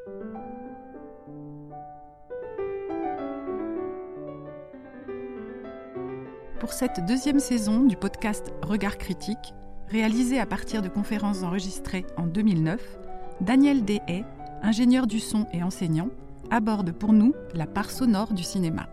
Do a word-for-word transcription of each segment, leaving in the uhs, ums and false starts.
Pour cette deuxième saison du podcast Regard critique, réalisé à partir de conférences enregistrées en deux mille neuf, Daniel Dehaye, ingénieur du son et enseignant, aborde pour nous la part sonore du cinéma.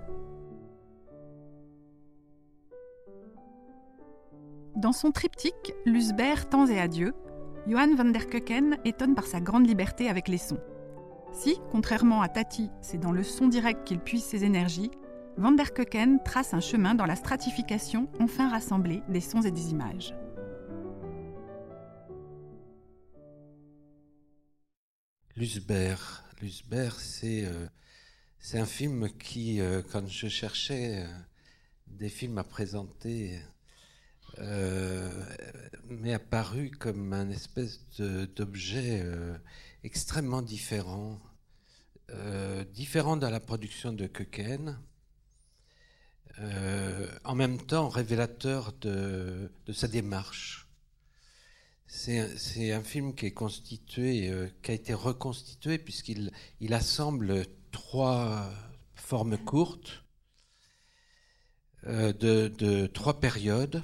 Dans son triptyque « Lusbert, Temps et Adieu », Johan van der Keuken étonne par sa grande liberté avec les sons. Si, contrairement à Tati, c'est dans le son direct qu'il puise ses énergies, Van der Keuken trace un chemin dans la stratification enfin rassemblée des sons et des images. Lusbert, Lusbert, c'est, euh, c'est un film qui, euh, quand je cherchais euh, des films à présenter, euh, m'est apparu comme un espèce de, d'objet euh, extrêmement différent, euh, différent dans la production de Keuken, euh, en même temps révélateur de, de sa démarche. C'est, c'est un film qui est constitué, euh, qui a été reconstitué puisqu'il il assemble trois formes courtes euh, de, de trois périodes.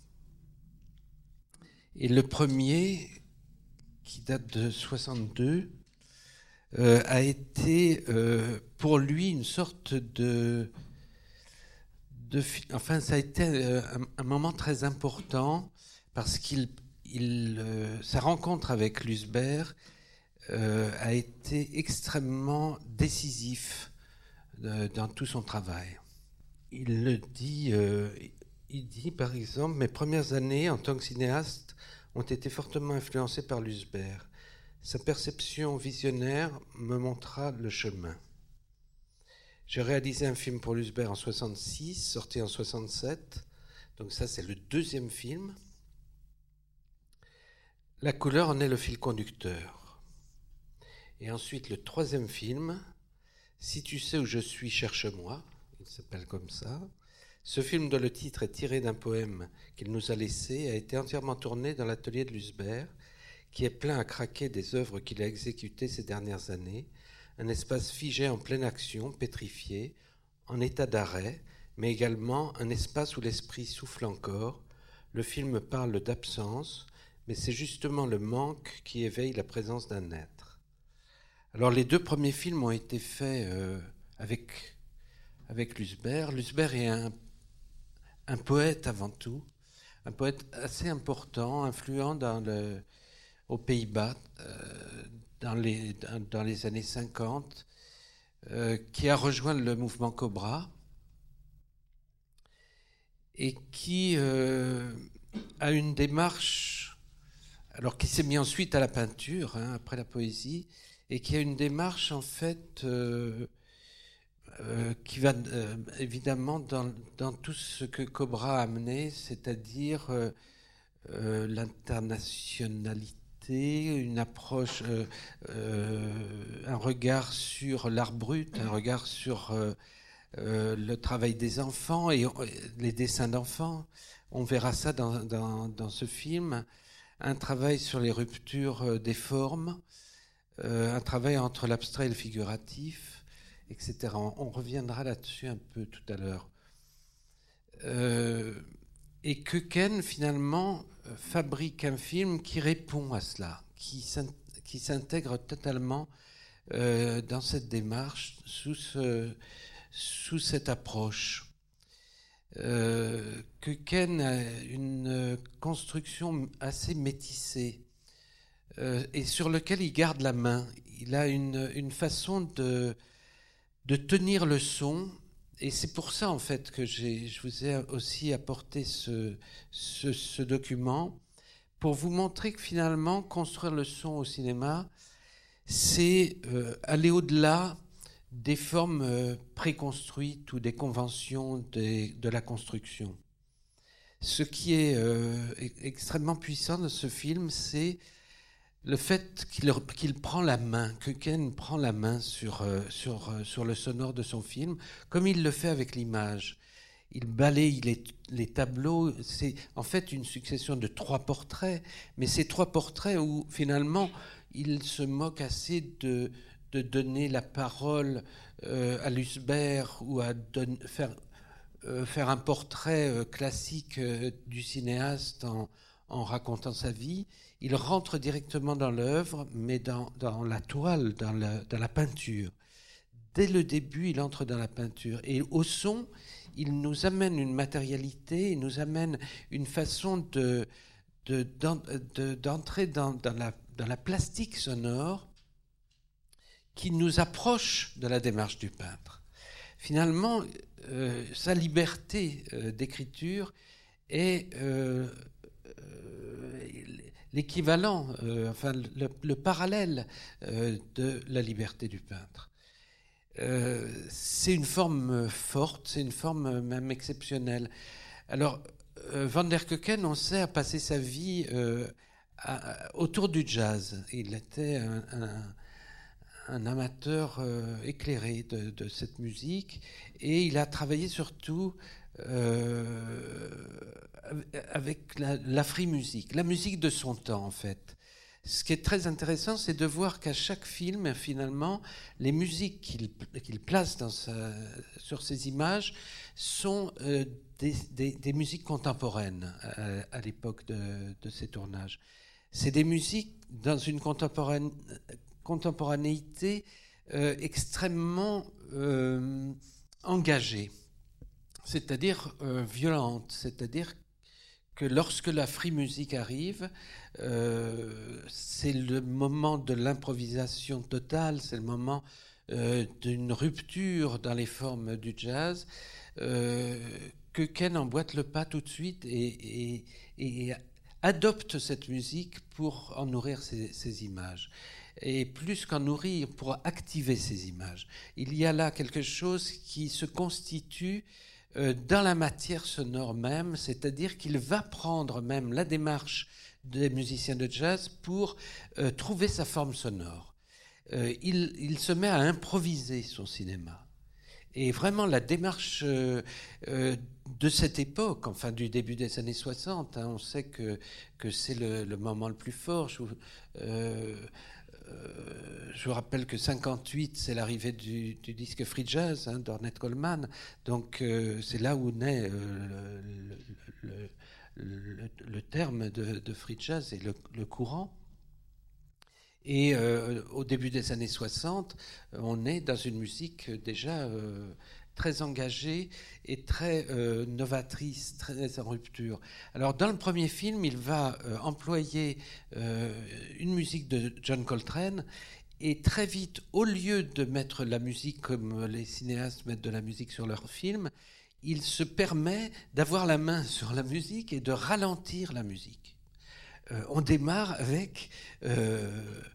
Et le premier, qui date de soixante-deux, euh, a été euh, pour lui une sorte de, de... Enfin, ça a été un, un moment très important parce qu'il, il, euh, sa rencontre avec Lusbert euh, a été extrêmement décisif euh, dans tout son travail. Il le dit... Euh, Il dit, par exemple, « Mes premières années en tant que cinéaste ont été fortement influencées par Lusbert. Sa perception visionnaire me montra le chemin. J'ai réalisé un film pour Lusbert en soixante-six, sorti en soixante-sept. Donc ça, c'est le deuxième film. La couleur en est le fil conducteur. Et ensuite, le troisième film, Si tu sais où je suis, cherche-moi. Il s'appelle comme ça. Ce film dont le titre est tiré d'un poème qu'il nous a laissé a été entièrement tourné dans l'atelier de Lusbert, qui est plein à craquer des œuvres qu'il a exécutées ces dernières années, un espace figé en pleine action, pétrifié, en état d'arrêt, mais également un espace où l'esprit souffle encore. Le film parle d'absence, mais c'est justement le manque qui éveille la présence d'un être. Alors les deux premiers films ont été faits euh, avec, avec Lusbert. Lusbert est un Un poète avant tout, un poète assez important, influent dans le, aux Pays-Bas euh, dans, les, dans, dans les années cinquante, euh, qui a rejoint le mouvement Cobra et qui euh, a une démarche, alors qui s'est mis ensuite à la peinture, hein, après la poésie, et qui a une démarche en fait... Euh, Euh, qui va euh, évidemment dans, dans tout ce que Cobra a amené, c'est-à-dire euh, euh, l'internationalité, une approche, euh, euh, un regard sur l'art brut, un regard sur euh, euh, le travail des enfants et euh, les dessins d'enfants. On verra ça dans, dans, dans ce film. Un travail sur les ruptures des formes, euh, un travail entre l'abstrait et le figuratif, et cetera. On reviendra là-dessus un peu tout à l'heure. Euh, et Keuken, finalement, fabrique un film qui répond à cela, qui, qui s'intègre totalement euh, dans cette démarche, sous, ce, sous cette approche. Euh, Keuken a une construction assez métissée euh, et sur lequel il garde la main. Il a une, une façon de... de tenir le son, et c'est pour ça en fait que j'ai, je vous ai aussi apporté ce, ce, ce document, pour vous montrer que finalement, construire le son au cinéma, c'est euh, aller au-delà des formes euh, préconstruites ou des conventions des, de la construction. Ce qui est euh, extrêmement puissant de ce film, c'est le fait qu'il, qu'il prend la main, que Ken prend la main sur, euh, sur, euh, sur le sonore de son film, comme il le fait avec l'image. Il balaye les, les tableaux, c'est en fait une succession de trois portraits, mais ces trois portraits où finalement il se moque assez de, de donner la parole euh, à Lusbert ou à don- faire, euh, faire un portrait euh, classique euh, du cinéaste en, en racontant sa vie. Il rentre directement dans l'œuvre, mais dans, dans la toile, dans la, dans la peinture. Dès le début, il entre dans la peinture. Et au son, il nous amène une matérialité, il nous amène une façon de, de, de, d'entrer dans, dans, la, dans la plastique sonore qui nous approche de la démarche du peintre. Finalement, euh, sa liberté euh, d'écriture est euh, euh, l'équivalent, euh, enfin le, le parallèle euh, de la liberté du peintre. Euh, c'est une forme forte, c'est une forme même exceptionnelle. Alors, euh, Van der Keuken, on sait, a passé sa vie euh, à, autour du jazz. Il était un, un un amateur euh, éclairé de, de cette musique, et il a travaillé surtout euh, avec la, la free music, la musique de son temps en fait. Ce qui est très intéressant, c'est de voir qu'à chaque film, finalement, les musiques qu'il qu'il place dans sa, sur ses images sont euh, des, des, des musiques contemporaines à, à l'époque de, de ces tournages. C'est des musiques dans une contemporaine contemporanéité euh, extrêmement euh, engagée, c'est-à-dire euh, violente, c'est-à-dire que lorsque la free music arrive, euh, c'est le moment de l'improvisation totale, c'est le moment euh, d'une rupture dans les formes du jazz, euh, que Ken emboîte le pas tout de suite et, et, et adopte cette musique pour en nourrir ses, ses images. Et plus qu'en nourrir, pour activer ces images. Il y a là quelque chose qui se constitue euh, dans la matière sonore même, c'est-à-dire qu'il va prendre même la démarche des musiciens de jazz pour euh, trouver sa forme sonore. Euh, il, il se met à improviser son cinéma. Et vraiment, la démarche euh, euh, de cette époque, enfin du début des années soixante, hein, on sait que, que c'est le, le moment le plus fort. Je, euh, Euh, je vous rappelle que cinquante-huit, c'est l'arrivée du, du disque free jazz hein, d'Ornette Coleman. Donc euh, c'est là où naît euh, le, le, le, le terme de, de free jazz et le, le courant. Et euh, au début des années soixante, on est dans une musique déjà euh, très engagée et très euh, novatrice, très en rupture. Alors dans le premier film, il va euh, employer euh, une musique de John Coltrane, et très vite, au lieu de mettre la musique comme les cinéastes mettent de la musique sur leurs films, il se permet d'avoir la main sur la musique et de ralentir la musique. Euh, on démarre avec euh,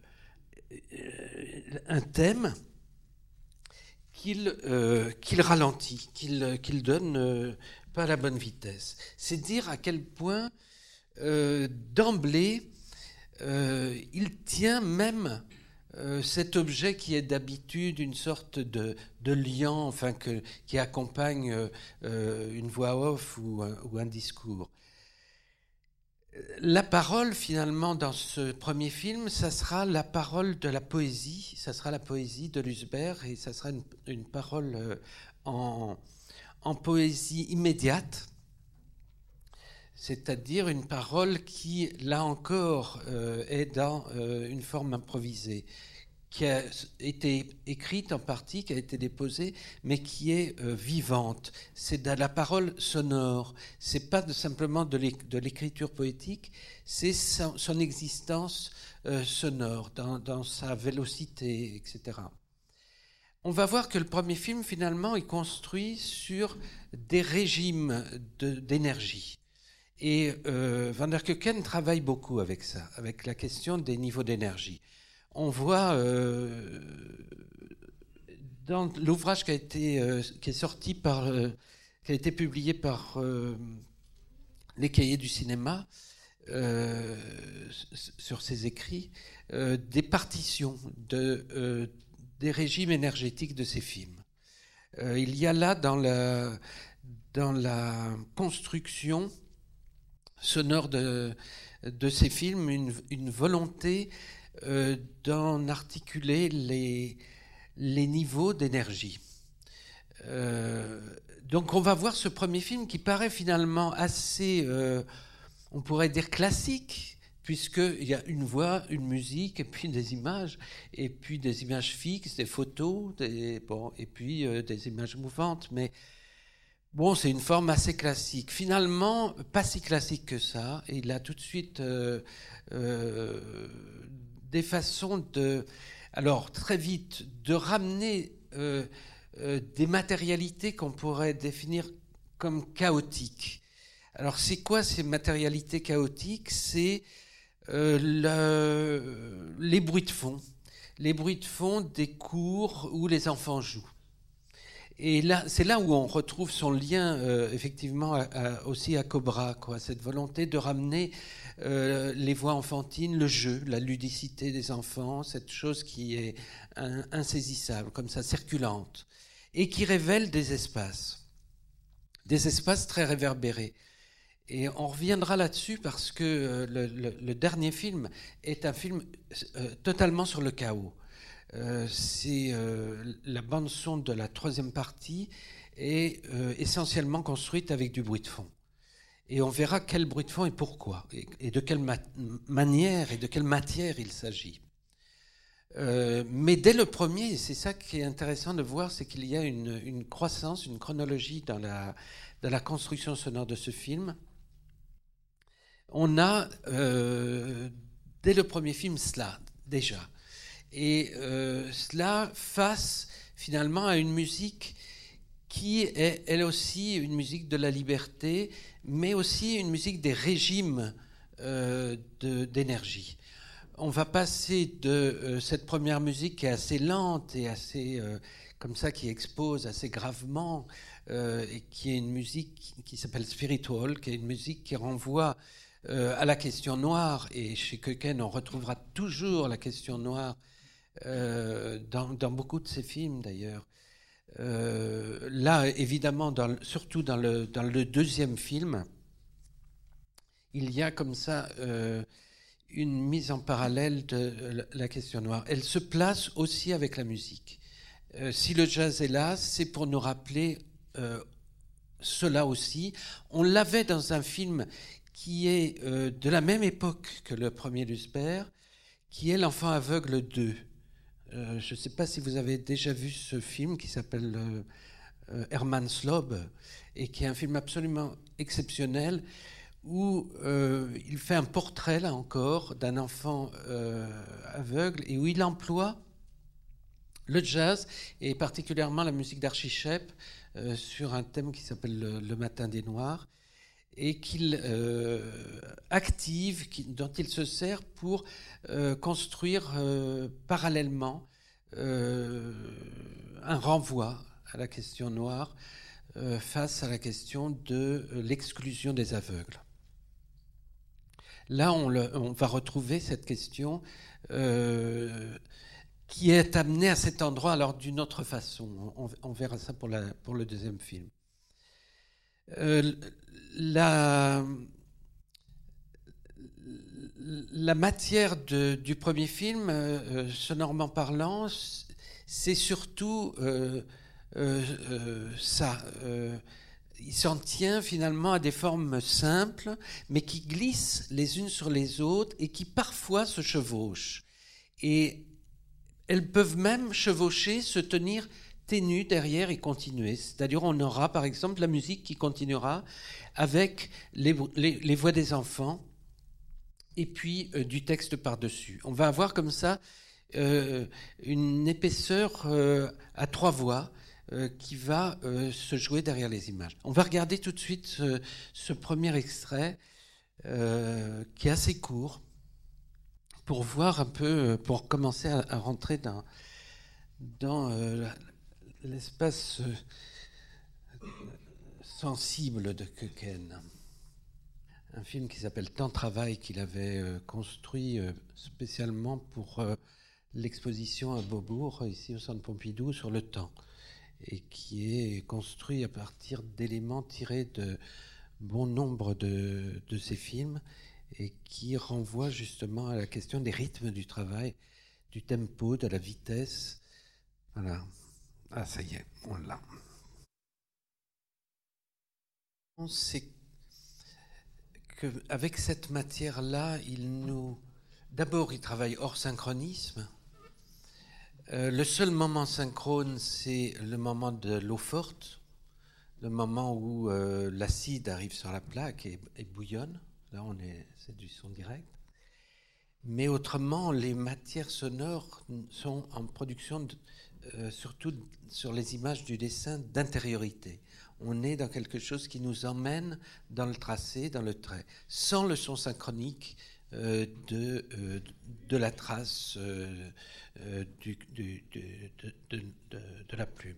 un thème qu'il euh, qu'il ralentit, qu'il qu'il donne euh, pas à la bonne vitesse. C'est dire à quel point euh, d'emblée euh, il tient même euh, cet objet qui est d'habitude une sorte de, de liant, enfin que, qui accompagne euh, une voix off ou un, ou un discours. La parole, finalement, dans ce premier film, ça sera la parole de la poésie, ça sera la poésie de Lusbert, et ça sera une, une parole en, en poésie immédiate, c'est-à-dire une parole qui, là encore, euh, est dans euh, une forme improvisée, qui a été écrite en partie, qui a été déposée, mais qui est euh, vivante. C'est de la parole sonore. C'est pas de, simplement de l'écriture poétique, c'est son, son existence euh, sonore, dans, dans sa vélocité, et cetera. On va voir que le premier film, finalement, est construit sur des régimes de, d'énergie. Et euh, Van der Keuken travaille beaucoup avec ça, avec la question des niveaux d'énergie. On voit euh, dans l'ouvrage qui a été euh, qui est sorti par euh, qui a été publié par euh, les Cahiers du cinéma euh, sur ses écrits euh, des partitions de euh, des régimes énergétiques de ces films. Euh, il y a là dans la dans la construction sonore de de ces films une, une volonté Euh, d'en articuler les, les niveaux d'énergie. Euh, donc on va voir ce premier film qui paraît finalement assez, euh, on pourrait dire classique, puisqu'il y a une voix, une musique, et puis des images, et puis des images fixes, des photos, des, bon, et puis euh, des images mouvantes. Mais bon, c'est une forme assez classique. Finalement, pas si classique que ça. Et il a tout de suite euh, euh, des façons de... Alors, très vite, de ramener euh, euh, des matérialités qu'on pourrait définir comme chaotiques. Alors, c'est quoi ces matérialités chaotiques ? C'est euh, le, les bruits de fond. Les bruits de fond des cours où les enfants jouent. Et là, c'est là où on retrouve son lien, euh, effectivement, à, à, aussi à Cobra, quoi, cette volonté de ramener euh, les voix enfantines, le jeu, la ludicité des enfants, cette chose qui est un, insaisissable, comme ça, circulante, et qui révèle des espaces, des espaces très réverbérés. Et on reviendra là-dessus parce que euh, le, le, le dernier film est un film euh, totalement sur le chaos. Euh, c'est euh, la bande-son de la troisième partie est euh, essentiellement construite avec du bruit de fond. Et on verra quel bruit de fond et pourquoi, et, et de quelle ma- manière et de quelle matière il s'agit. Euh, mais dès le premier, et c'est ça qui est intéressant de voir, c'est qu'il y a une, une croissance, une chronologie dans la, dans la construction sonore de ce film. On a, euh, dès le premier film, cela, déjà. Et euh, cela face finalement à une musique qui est elle aussi une musique de la liberté, mais aussi une musique des régimes euh, de, d'énergie. On va passer de euh, cette première musique qui est assez lente et assez euh, comme ça, qui expose assez gravement, euh, et qui est une musique qui, qui s'appelle Spiritual, qui est une musique qui renvoie euh, à la question noire. Et chez Köken, on retrouvera toujours la question noire. Euh, dans, dans beaucoup de ses films d'ailleurs. Euh, là, évidemment, dans, surtout dans le, dans le deuxième film, il y a comme ça euh, une mise en parallèle de la question noire. Elle se place aussi avec la musique. Euh, si le jazz est là, c'est pour nous rappeler euh, cela aussi. On l'avait dans un film qui est euh, de la même époque que le premier Lusbert, qui est L'Enfant aveugle deux. Euh, je ne sais pas si vous avez déjà vu ce film qui s'appelle euh, euh, Herman's Lobe, et qui est un film absolument exceptionnel où euh, il fait un portrait, là encore, d'un enfant euh, aveugle et où il emploie le jazz et particulièrement la musique d'Archie Shepp euh, sur un thème qui s'appelle le, le Matin des Noirs, et qu'il euh, active, qui, dont il se sert pour euh, construire euh, parallèlement euh, un renvoi à la question noire euh, face à la question de euh, l'exclusion des aveugles. Là, on, le, on va retrouver cette question euh, qui est amenée à cet endroit, alors d'une autre façon. On, on verra ça pour, la, pour le deuxième film. Euh, la, la matière de, du premier film, euh, sonorement parlant, c'est surtout euh, euh, euh, ça. Euh, il s'en tient finalement à des formes simples, mais qui glissent les unes sur les autres et qui parfois se chevauchent. Et elles peuvent même chevaucher, se tenir ténue derrière et continuer. C'est-à-dire on aura par exemple la musique qui continuera avec les, les, les voix des enfants et puis euh, du texte par-dessus. On va avoir comme ça euh, une épaisseur euh, à trois voix euh, qui va euh, se jouer derrière les images. On va regarder tout de suite ce, ce premier extrait euh, qui est assez court pour voir un peu, pour commencer à, à rentrer dans, dans euh, l'espace euh, sensible de Köken. Un film qui s'appelle Temps Travail, qu'il avait euh, construit euh, spécialement pour euh, l'exposition à Beaubourg, ici au Centre Pompidou, sur le temps, et qui est construit à partir d'éléments tirés de bon nombre de, de ces films, et qui renvoie justement à la question des rythmes du travail, du tempo, de la vitesse, Voilà. Ah, ça y est, on l'a. C'est qu'avec cette matière-là, il nous... D'abord, il travaille hors synchronisme. Euh, le seul moment synchrone, c'est le moment de l'eau forte, le moment où euh, l'acide arrive sur la plaque et, et bouillonne. Là, on est, c'est du son direct. Mais autrement, les matières sonores sont en production, de, euh, surtout sur les images du dessin, d'intériorité. On est dans quelque chose qui nous emmène dans le tracé, dans le trait, sans le son synchronique euh, de, euh, de la trace euh, euh, du, du, du, de, de, de, de la plume.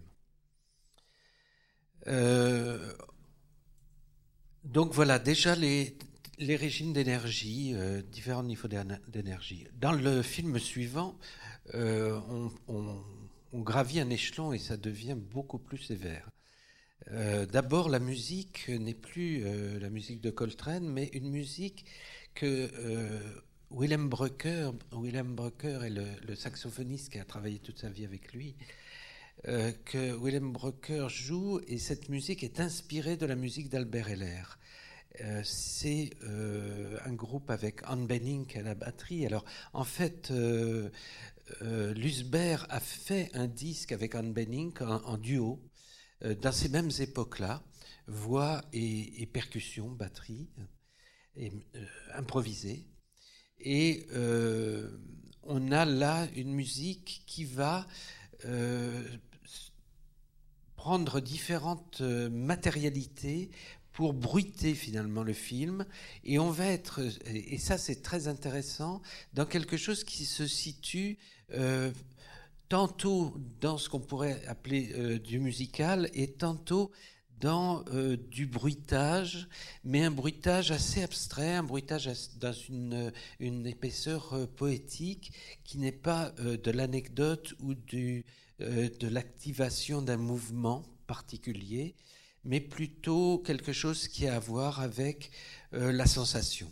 Euh, donc voilà, déjà les... les régimes d'énergie, euh, différents niveaux d'énergie. Dans le film suivant, euh, on, on, on gravit un échelon et ça devient beaucoup plus sévère. Euh, d'abord, la musique n'est plus euh, la musique de Coltrane, mais une musique que euh, Willem Brucker, Willem Brucker est le, le saxophoniste qui a travaillé toute sa vie avec lui, euh, que Willem Brucker joue, et cette musique est inspirée de la musique d'Albert Heller. Euh, c'est euh, un groupe avec Anne Benning à la batterie. Alors, en fait, euh, euh, Lusbert a fait un disque avec Anne Benning en, en duo, euh, dans ces mêmes époques-là, voix et, et percussion, batterie, et, euh, improvisée. Et euh, on a là une musique qui va euh, prendre différentes matérialités pour bruiter finalement le film, et on va être, et ça c'est très intéressant, dans quelque chose qui se situe euh, tantôt dans ce qu'on pourrait appeler euh, du musical, et tantôt dans euh, du bruitage, mais un bruitage assez abstrait, un bruitage dans une, une épaisseur euh, poétique qui n'est pas euh, de l'anecdote ou du, euh, de l'activation d'un mouvement particulier, mais plutôt quelque chose qui a à voir avec euh, la sensation.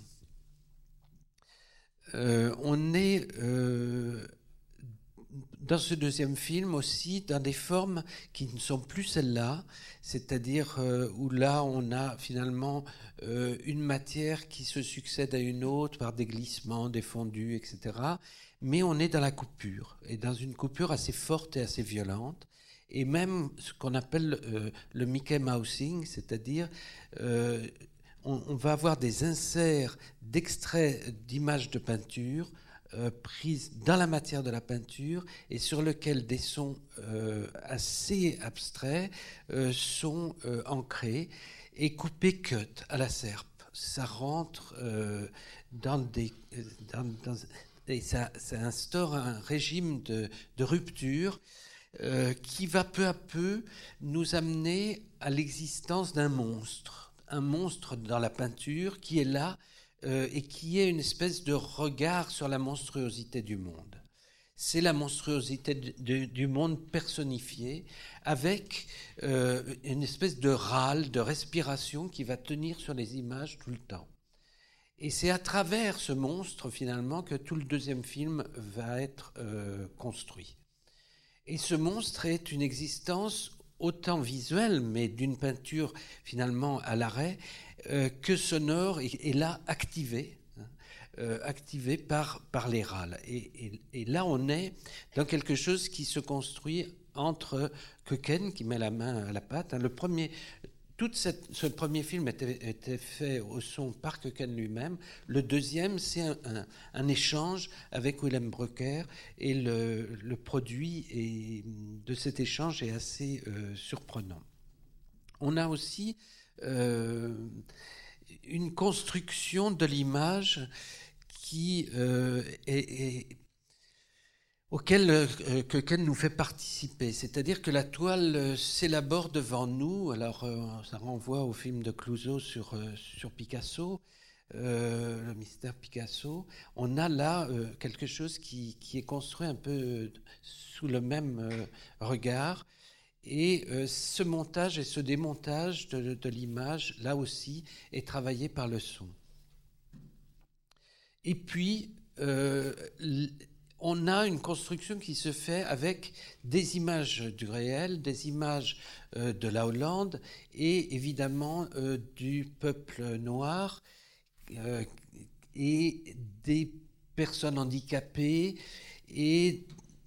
Euh, on est euh, dans ce deuxième film aussi dans des formes qui ne sont plus celles-là, c'est-à-dire euh, où là on a finalement euh, une matière qui se succède à une autre par des glissements, des fondus, et cetera. Mais on est dans la coupure, et dans une coupure assez forte et assez violente. Et même ce qu'on appelle euh, le Mickey Mousing, c'est-à-dire euh, on, on va avoir des inserts d'extraits d'images de peinture euh, prises dans la matière de la peinture et sur lesquels des sons euh, assez abstraits euh, sont euh, ancrés et coupés cut à la serpe. Ça rentre euh, dans des... Dans, dans, et ça, ça instaure un régime de, de rupture Euh, qui va peu à peu nous amener à l'existence d'un monstre, un monstre dans la peinture qui est là euh, et qui est une espèce de regard sur la monstruosité du monde. C'est la monstruosité de, de, du monde personnifié avec euh, une espèce de râle, de respiration qui va tenir sur les images tout le temps. Et c'est à travers ce monstre finalement que tout le deuxième film va être euh, construit. Et ce monstre est une existence autant visuelle, mais d'une peinture finalement à l'arrêt, euh, que sonore, et, et là activée, hein, euh, activée par, par les râles. Et, et, et là, on est dans quelque chose qui se construit entre Köken, qui met la main à la pâte. Hein, le premier... Tout cette, ce premier film était, était fait au son par Köken lui-même. Le deuxième, c'est un, un, un échange avec Willem Brucker, et le, le produit est, de cet échange est assez euh, surprenant. On a aussi euh, une construction de l'image qui euh, est, est auquel euh, Köken nous fait participer. C'est-à-dire que la toile euh, s'élabore devant nous. Alors, euh, ça renvoie au film de Clouzot sur, euh, sur Picasso, euh, le mystère Picasso. On a là euh, quelque chose qui, qui est construit un peu sous le même euh, regard. Et euh, ce montage et ce démontage de, de l'image, là aussi, est travaillé par le son. Et puis, euh, on a une construction qui se fait avec des images du réel, des images euh, de la Hollande et évidemment euh, du peuple noir euh, et des personnes handicapées et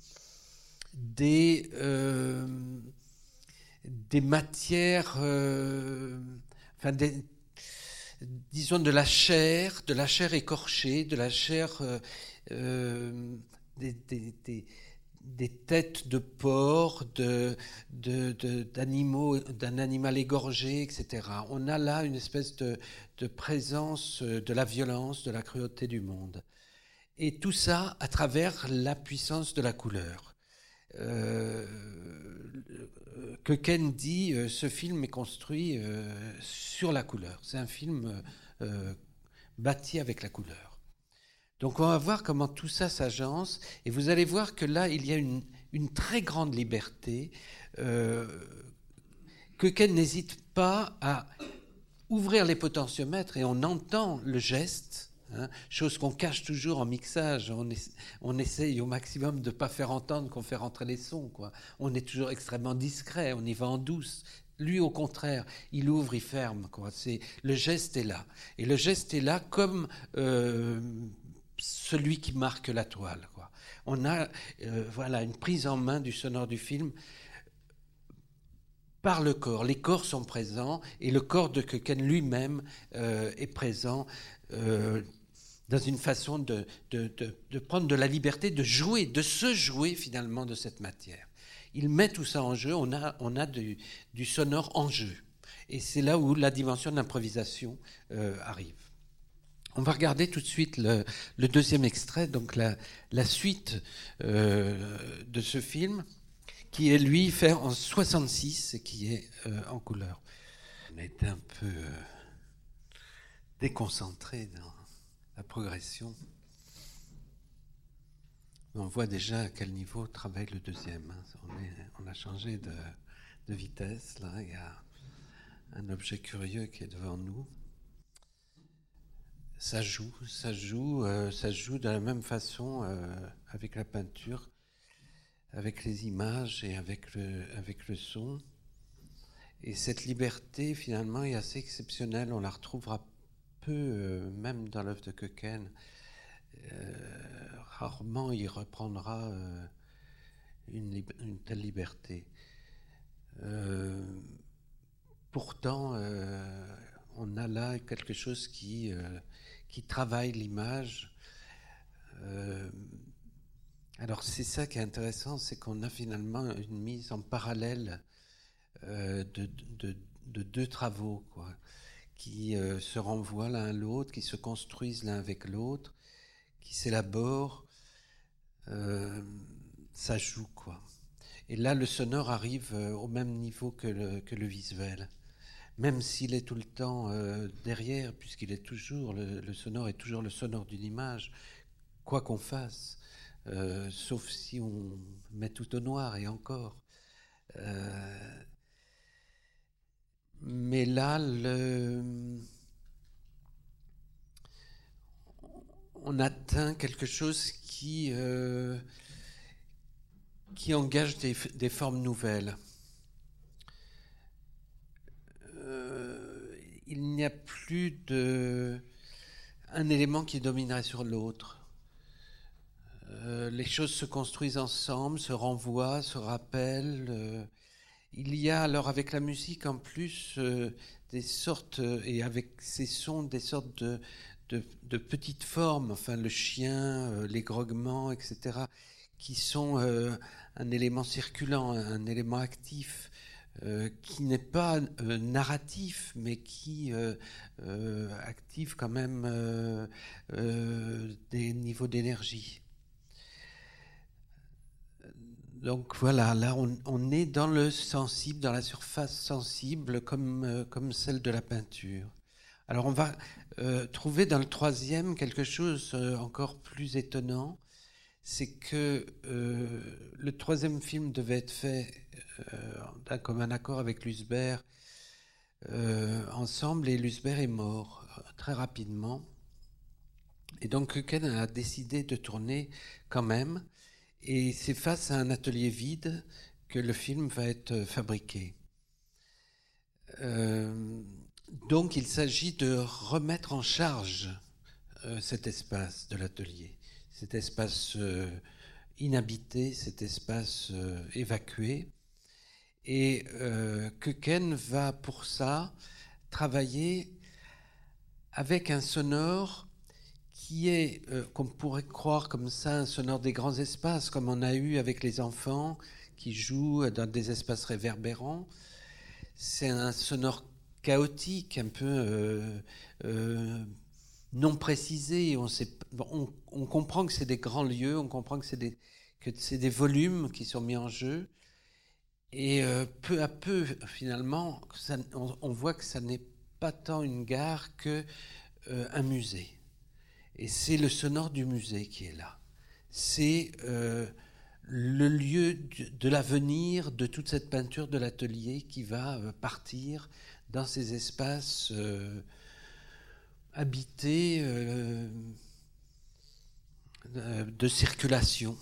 des, euh, des matières, euh, enfin des, disons de la chair, de la chair écorchée, de la chair, euh, euh, des, des, des, des têtes de porc, de, de, de, d'animaux, d'un animal égorgé, et cetera. On a là une espèce de, de présence de la violence, de la cruauté du monde. Et tout ça à travers la puissance de la couleur. Euh, Köken dit euh, ce film est construit euh, sur la couleur. C'est un film euh, bâti avec la couleur. Donc on va voir comment tout ça s'agence et vous allez voir que là il y a une, une très grande liberté. Euh, Köken n'hésite pas à ouvrir les potentiomètres et on entend le geste. Hein, chose qu'on cache toujours en mixage, on, est, on essaye au maximum de ne pas faire entendre qu'on fait rentrer les sons, quoi. On est toujours extrêmement discret, on y va en douce. Lui, au contraire, il ouvre, il ferme, quoi. C'est, le geste est là. Et le geste est là comme euh, celui qui marque la toile, quoi. On a euh, voilà, une prise en main du sonore du film par le corps. Les corps sont présents et le corps de Köken lui-même euh, est présent euh, dans une façon de, de, de, de prendre de la liberté, de jouer, de se jouer finalement de cette matière. Il met tout ça en jeu, on a, on a du, du sonore en jeu. Et c'est là où la dimension d'improvisation euh, arrive. On va regarder tout de suite le, le deuxième extrait, donc la, la suite euh, de ce film, qui est lui fait en soixante-six et qui est euh, en couleur. On est un peu euh, déconcentré dans la progression. On voit déjà à quel niveau travaille le deuxième. On, est, on a changé de, de vitesse. Là, il y a un objet curieux qui est devant nous. Ça joue, ça joue, euh, ça joue de la même façon euh, avec la peinture, avec les images et avec le, avec le son. Et cette liberté, finalement, est assez exceptionnelle. On la retrouvera peu, euh, même dans l'œuvre de Köken. Euh, rarement il reprendra euh, une, une telle liberté. Euh, pourtant, euh, on a là quelque chose qui, euh, qui travaille l'image. Euh, alors c'est ça qui est intéressant, c'est qu'on a finalement une mise en parallèle euh, de, de, de deux travaux, quoi, qui euh, se renvoient l'un à l'autre, qui se construisent l'un avec l'autre, qui s'élaborent. Euh, ça joue, quoi. Et là, le sonore arrive euh, au même niveau que le, que le visuel. Même s'il est tout le temps euh, derrière, puisqu'il est toujours, le, le sonore est toujours le sonore d'une image, quoi qu'on fasse, euh, sauf si on met tout au noir, et encore. Euh, mais là, le, on atteint quelque chose qui, euh, qui engage des, des formes nouvelles. Euh, il n'y a plus de, un élément qui dominerait sur l'autre. Euh, les choses se construisent ensemble, se renvoient, se rappellent. Euh, il y a alors avec la musique en plus euh, des sortes, et avec ces sons, des sortes de, de, de petites formes, enfin le chien, euh, les grognements, et cetera, qui sont euh, un élément circulant, un élément actif, euh, qui n'est pas euh, narratif, mais qui euh, euh, active quand même euh, euh, des niveaux d'énergie. Donc voilà, là on, on est dans le sensible, dans la surface sensible comme, euh, comme celle de la peinture. Alors on va euh, trouver dans le troisième quelque chose euh, encore plus étonnant, c'est que euh, le troisième film devait être fait euh, d'un commun accord avec Lusbert euh, ensemble, et Lusbert est mort euh, très rapidement. Et donc Köken a décidé de tourner quand même, et c'est face à un atelier vide que le film va être fabriqué. Euh, donc il s'agit de remettre en charge euh, cet espace de l'atelier, cet espace euh, inhabité, cet espace euh, évacué. Et euh, Köken va pour ça travailler avec un sonore qui est, euh, qu'on pourrait croire comme ça, un sonore des grands espaces, comme on a eu avec les enfants qui jouent dans des espaces réverbérants. C'est un sonore chaotique, un peu euh, euh, non précisé. On, sait, on, on comprend que c'est des grands lieux, on comprend que c'est des, que c'est des volumes qui sont mis en jeu. Et euh, peu à peu, finalement, ça, on, on voit que ça n'est pas tant une gare que euh, un musée. Et c'est le sonore du musée qui est là. C'est euh, le lieu de l'avenir de toute cette peinture de l'atelier qui va euh, partir dans ces espaces euh, habités euh, de circulation.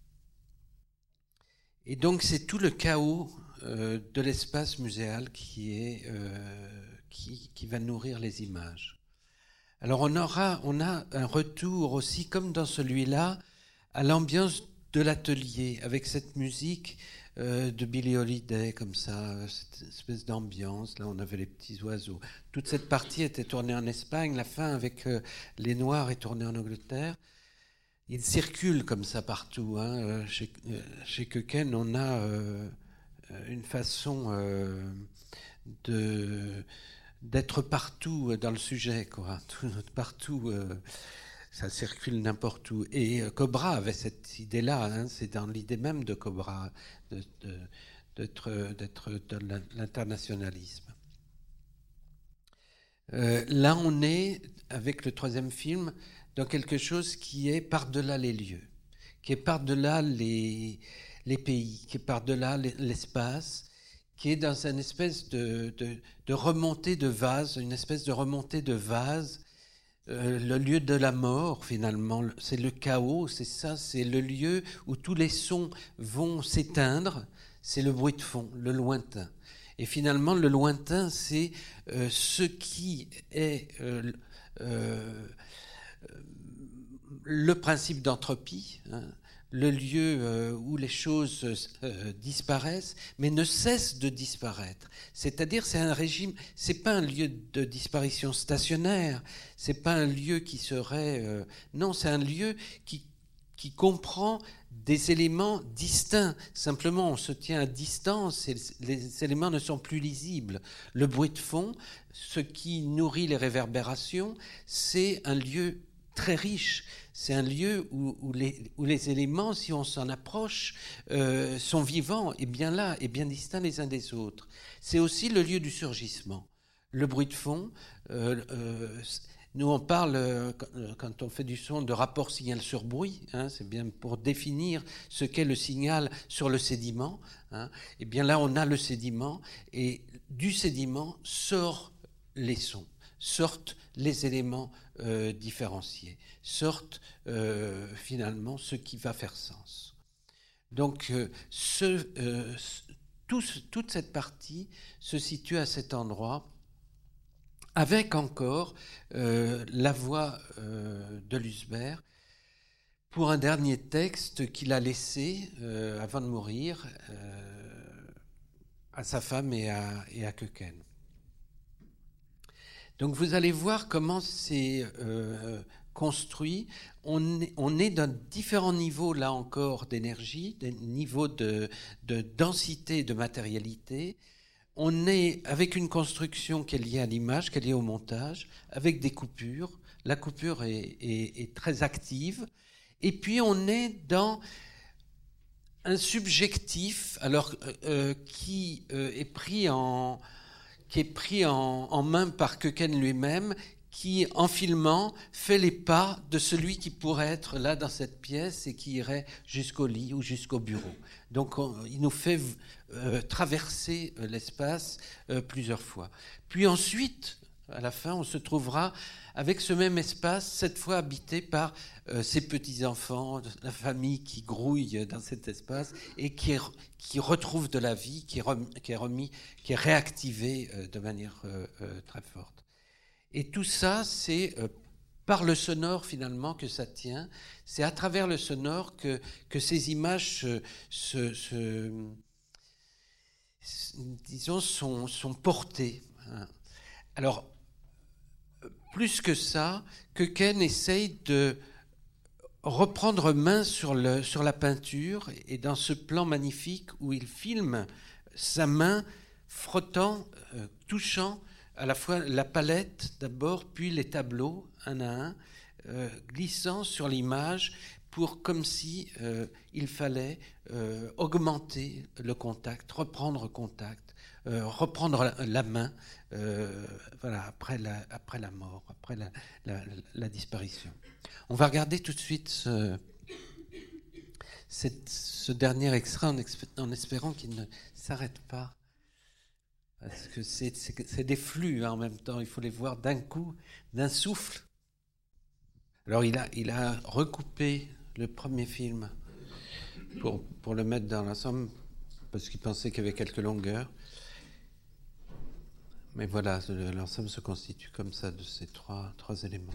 Et donc c'est tout le chaos euh, de l'espace muséal qui, est, euh, qui, qui va nourrir les images. Alors on aura, on a un retour aussi, comme dans celui-là, à l'ambiance de l'atelier, avec cette musique euh, de Billie Holiday, comme ça, cette espèce d'ambiance. Là, on avait les petits oiseaux. Toute cette partie était tournée en Espagne, la fin avec euh, les Noirs est tournée en Angleterre. Il circule comme ça partout. Hein. Chez, chez Köken, on a euh, une façon euh, de... d'être partout dans le sujet, quoi. Tout, partout, euh, ça circule n'importe où. Et euh, Cobra avait cette idée-là, hein, c'est dans l'idée même de Cobra, de, de, d'être, d'être dans l'internationalisme. Euh, là, on est, avec le troisième film, dans quelque chose qui est par-delà les lieux, qui est par-delà les, les pays, qui est par-delà l'espace, qui est dans une espèce de, de, de remontée de vase, une espèce de remontée de vase, euh, le lieu de la mort finalement, c'est le chaos, c'est ça, c'est le lieu où tous les sons vont s'éteindre, c'est le bruit de fond, le lointain. Et finalement, le lointain, c'est euh, ce qui est euh, euh, le principe d'entropie, hein, le lieu euh, où les choses euh, disparaissent, mais ne cessent de disparaître. C'est-à-dire, c'est un régime, c'est pas un lieu de disparition stationnaire, c'est pas un lieu qui serait, euh, non, c'est un lieu qui qui comprend des éléments distincts. Simplement, on se tient à distance et les éléments ne sont plus lisibles. Le bruit de fond, ce qui nourrit les réverbérations, c'est un lieu très riche. C'est un lieu où, où, les, où les éléments, si on s'en approche, euh, sont vivants et bien là, et bien distincts les uns des autres. C'est aussi le lieu du surgissement. Le bruit de fond, euh, euh, nous on parle, euh, quand on fait du son, de rapport signal sur bruit, hein, c'est bien pour définir ce qu'est le signal sur le sédiment. Hein. Et bien là, on a le sédiment, et du sédiment sortent les sons, sortent les éléments euh, différenciés, sortent euh, finalement ce qui va faire sens. Donc euh, ce, euh, tout, toute cette partie se situe à cet endroit, avec encore euh, la voix euh, de Lusbert pour un dernier texte qu'il a laissé euh, avant de mourir euh, à sa femme et à, et à Köken. Donc vous allez voir comment c'est euh, construit. On est, on est dans différents niveaux, là encore, d'énergie, des niveaux de, de densité, de matérialité. On est avec une construction qui est liée à l'image, qui est liée au montage, avec des coupures. La coupure est, est, est très active. Et puis on est dans un subjectif, alors euh, qui euh, est pris en qui est pris en, en main par Köken lui-même, qui, en filmant, fait les pas de celui qui pourrait être là dans cette pièce et qui irait jusqu'au lit ou jusqu'au bureau. Donc on, il nous fait euh, traverser l'espace euh, plusieurs fois. Puis ensuite, À la fin, on se trouvera avec ce même espace, cette fois habité par euh, ces petits-enfants, la famille qui grouille dans cet espace et qui, est, qui retrouve de la vie, qui est, remis, qui est, remis, qui est réactivé euh, de manière euh, euh, très forte. Et tout ça, c'est euh, par le sonore finalement que ça tient. C'est à travers le sonore que, que ces images se, se, se, disons, sont, sont portées. Alors, plus que ça, Köken essaye de reprendre main sur, le, sur la peinture, et dans ce plan magnifique où il filme sa main frottant, euh, touchant à la fois la palette d'abord, puis les tableaux, un à un, euh, glissant sur l'image pour comme si euh, il fallait euh, augmenter le contact, reprendre contact, euh, reprendre la, la main, euh, voilà, après la, après la mort, après la, la, la disparition. On va regarder tout de suite ce, cette, ce dernier extrait en, en espérant qu'il ne s'arrête pas. Parce que c'est, c'est, c'est des flux hein, en même temps, il faut les voir d'un coup, d'un souffle. Alors il a, il a recoupé le premier film pour, pour le mettre dans l'ensemble, parce qu'il pensait qu'il y avait quelques longueurs. Mais voilà, l'ensemble se constitue comme ça de ces trois, trois éléments.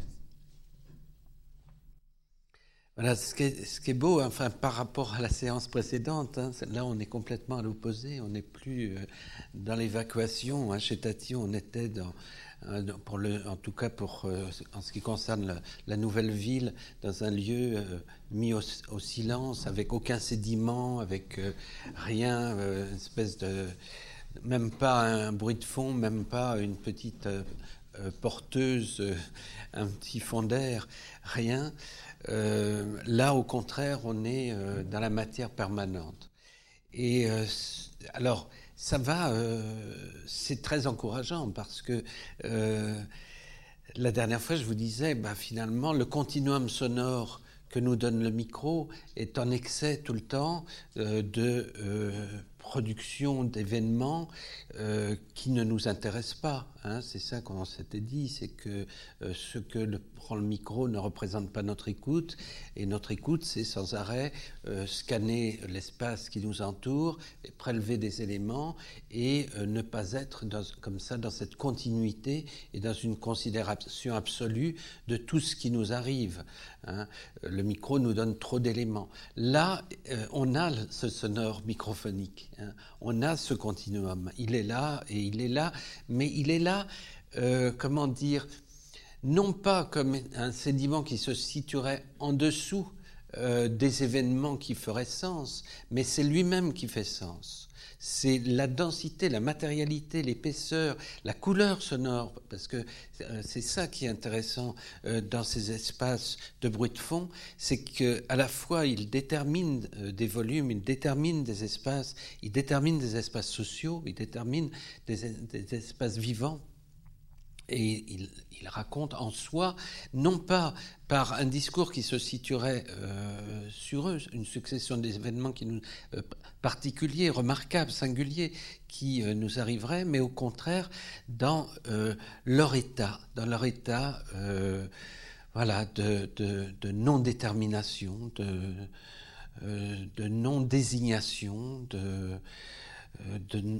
Voilà, ce qui est, ce qui est beau, enfin, par rapport à la séance précédente, hein, là on est complètement à l'opposé, on n'est plus euh, dans l'évacuation. Hein, chez Tati, on était dans, euh, pour le, en tout cas pour, euh, en ce qui concerne la, la nouvelle ville, dans un lieu euh, mis au, au silence, avec aucun sédiment, avec euh, rien, euh, une espèce de... Même pas un bruit de fond, même pas une petite euh, euh, porteuse, euh, un petit fond d'air, rien. Euh, là, au contraire, on est euh, dans la matière permanente. Et euh, alors, ça va, euh, c'est très encourageant parce que euh, la dernière fois, je vous disais, bah, finalement, le continuum sonore que nous donne le micro est en excès tout le temps euh, de euh, production d'événements euh, qui ne nous intéressent pas. Hein. C'est ça qu'on s'était dit, c'est que euh, ce que le, prend le micro ne représente pas notre écoute, et notre écoute, c'est sans arrêt euh, scanner l'espace qui nous entoure, et prélever des éléments, et euh, ne pas être dans, comme ça dans cette continuité et dans une considération absolue de tout ce qui nous arrive. Hein. Le micro nous donne trop d'éléments. Là, euh, on a ce sonore microphonique. Hein. On a ce continuum. Il est là et il est là, mais il est là, euh, comment dire, non pas comme un sédiment qui se situerait en dessous euh, des événements qui feraient sens, mais c'est lui-même qui fait sens. C'est la densité, la matérialité, l'épaisseur, la couleur sonore, parce que c'est ça qui est intéressant dans ces espaces de bruit de fond, c'est qu'à la fois il détermine des volumes, il détermine des espaces, il détermine des espaces sociaux, il détermine des, des espaces vivants. Et il, il raconte en soi, non pas par un discours qui se situerait euh, sur eux, une succession d'événements qui nous, euh, particuliers, remarquables, singuliers, qui euh, nous arriveraient, mais au contraire dans euh, leur état, dans leur état euh, voilà, de, de, de non-détermination, de, euh, de non-désignation, de... de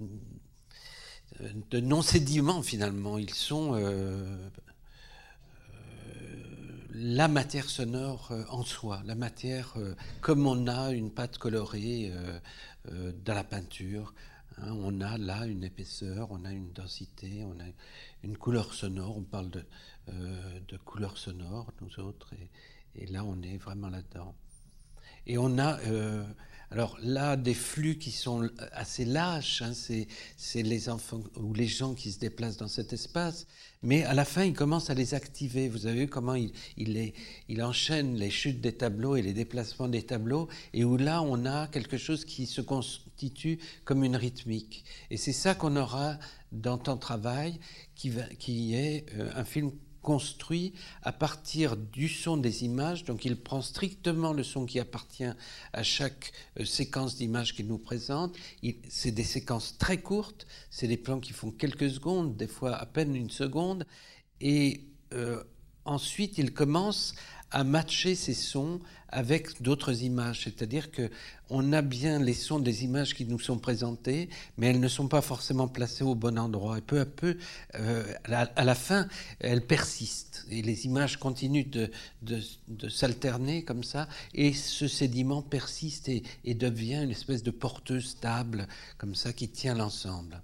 de non-sédiments finalement. Ils sont euh, euh, la matière sonore euh, en soi, la matière euh, comme on a une pâte colorée euh, euh, dans la peinture. Hein, on a là une épaisseur, on a une densité, on a une couleur sonore. On parle de, euh, de couleur sonore, nous autres, et, et là on est vraiment là-dedans. Et on a... Euh, Alors là, des flux qui sont assez lâches, hein, c'est, c'est les enfants ou les gens qui se déplacent dans cet espace, mais à la fin, il commence à les activer. Vous avez vu comment il, il, les, il enchaîne les chutes des tableaux et les déplacements des tableaux, et où là, on a quelque chose qui se constitue comme une rythmique. Et c'est ça qu'on aura dans Temps de travail, qui, va, qui est euh, un film construit à partir du son des images. Donc il prend strictement le son qui appartient à chaque euh, séquence d'images qu'il nous présente. Il, c'est des séquences très courtes, c'est des plans qui font quelques secondes, des fois à peine une seconde. Et euh, ensuite, il commence à matcher ces sons avec d'autres images. C'est-à-dire qu'on a bien les sons des images qui nous sont présentées, mais elles ne sont pas forcément placées au bon endroit. Et peu à peu, euh, à, la, à la fin, elles persistent. Et les images continuent de, de, de s'alterner comme ça, et ce sédiment persiste et, et devient une espèce de porteuse stable, comme ça, qui tient l'ensemble.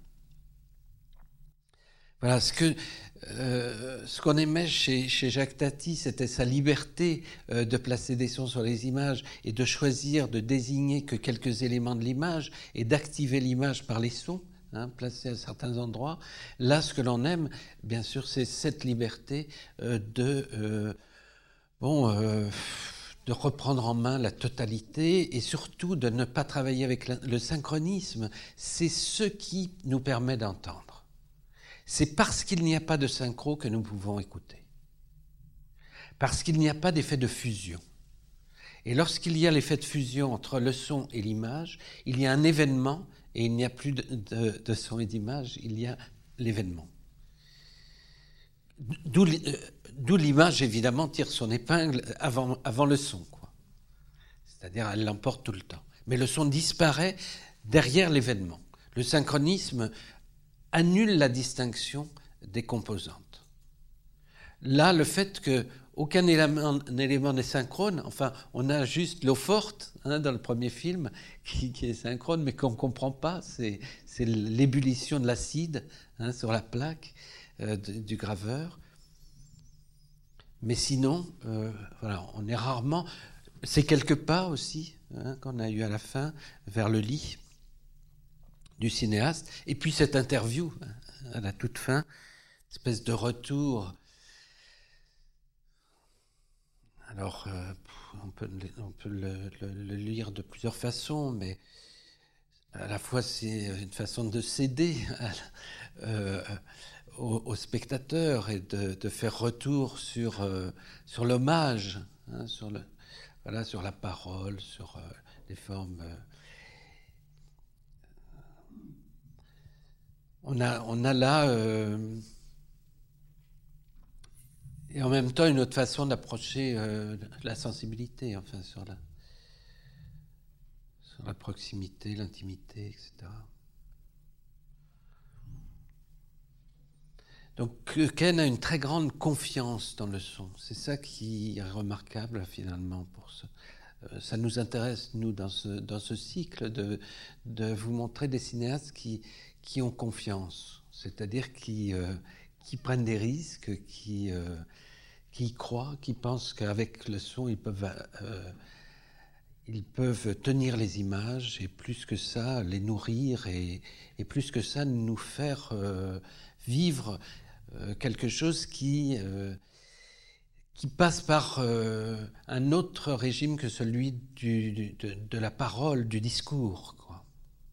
Voilà, ce que euh, ce qu'on aimait chez, chez Jacques Tati, c'était sa liberté euh, de placer des sons sur les images et de choisir, de désigner que quelques éléments de l'image et d'activer l'image par les sons, hein, placés à certains endroits. Là, ce que l'on aime, bien sûr, c'est cette liberté euh, de, euh, bon, euh, de reprendre en main la totalité et surtout de ne pas travailler avec la, le synchronisme. C'est ce qui nous permet d'entendre. C'est parce qu'il n'y a pas de synchro que nous pouvons écouter. Parce qu'il n'y a pas d'effet de fusion. Et lorsqu'il y a l'effet de fusion entre le son et l'image, il y a un événement et il n'y a plus de, de, de son et d'image, il y a l'événement. D'où, d'où l'image, évidemment, tire son épingle avant, avant le son, quoi. C'est-à-dire, elle l'emporte tout le temps. Mais le son disparaît derrière l'événement. Le synchronisme annule la distinction des composantes. Là, le fait qu'aucun élément, élément n'est synchrone, enfin, on a juste l'eau forte, hein, dans le premier film, qui, qui est synchrone, mais qu'on ne comprend pas, c'est, c'est l'ébullition de l'acide, hein, sur la plaque euh, de, du graveur. Mais sinon, euh, voilà, on est rarement... C'est quelques pas aussi, hein, qu'on a eu à la fin, vers le lit du cinéaste, et puis cette interview à la toute fin, espèce de retour. Alors, euh, on peut, on peut le, le, le lire de plusieurs façons, mais à la fois c'est une façon de céder euh, au, au spectateur et de, de faire retour sur, euh, sur l'hommage, hein, sur, le, voilà, sur la parole, sur euh, les formes... Euh, On a, on a là, euh, et en même temps, une autre façon d'approcher euh, la sensibilité, enfin, sur la, sur la proximité, l'intimité, et cetera. Donc, Ken a une très grande confiance dans le son. C'est ça qui est remarquable, finalement, pour ce. Ça nous intéresse, nous, dans ce, dans ce cycle, de, de vous montrer des cinéastes qui, qui ont confiance, c'est-à-dire qui, euh, qui prennent des risques, qui, euh, qui y croient, qui pensent qu'avec le son, ils peuvent, euh, ils peuvent tenir les images, et plus que ça, les nourrir, et, et plus que ça, nous faire euh, vivre euh, quelque chose qui... Euh, qui passe par euh, un autre régime que celui du, du, de, de la parole, du discours, quoi.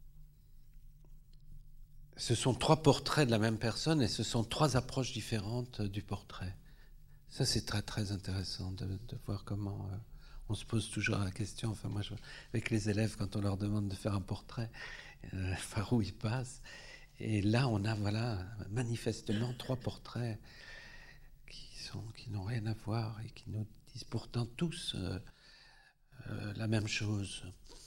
Ce sont trois portraits de la même personne et ce sont trois approches différentes du portrait. Ça, c'est très, très intéressant de, de voir comment euh, on se pose toujours la question. Enfin, moi, je, avec les élèves, quand on leur demande de faire un portrait, euh, par où ils passent. Et là, on a, voilà, manifestement trois portraits qui n'ont rien à voir et qui nous disent pourtant tous euh, euh, la même chose.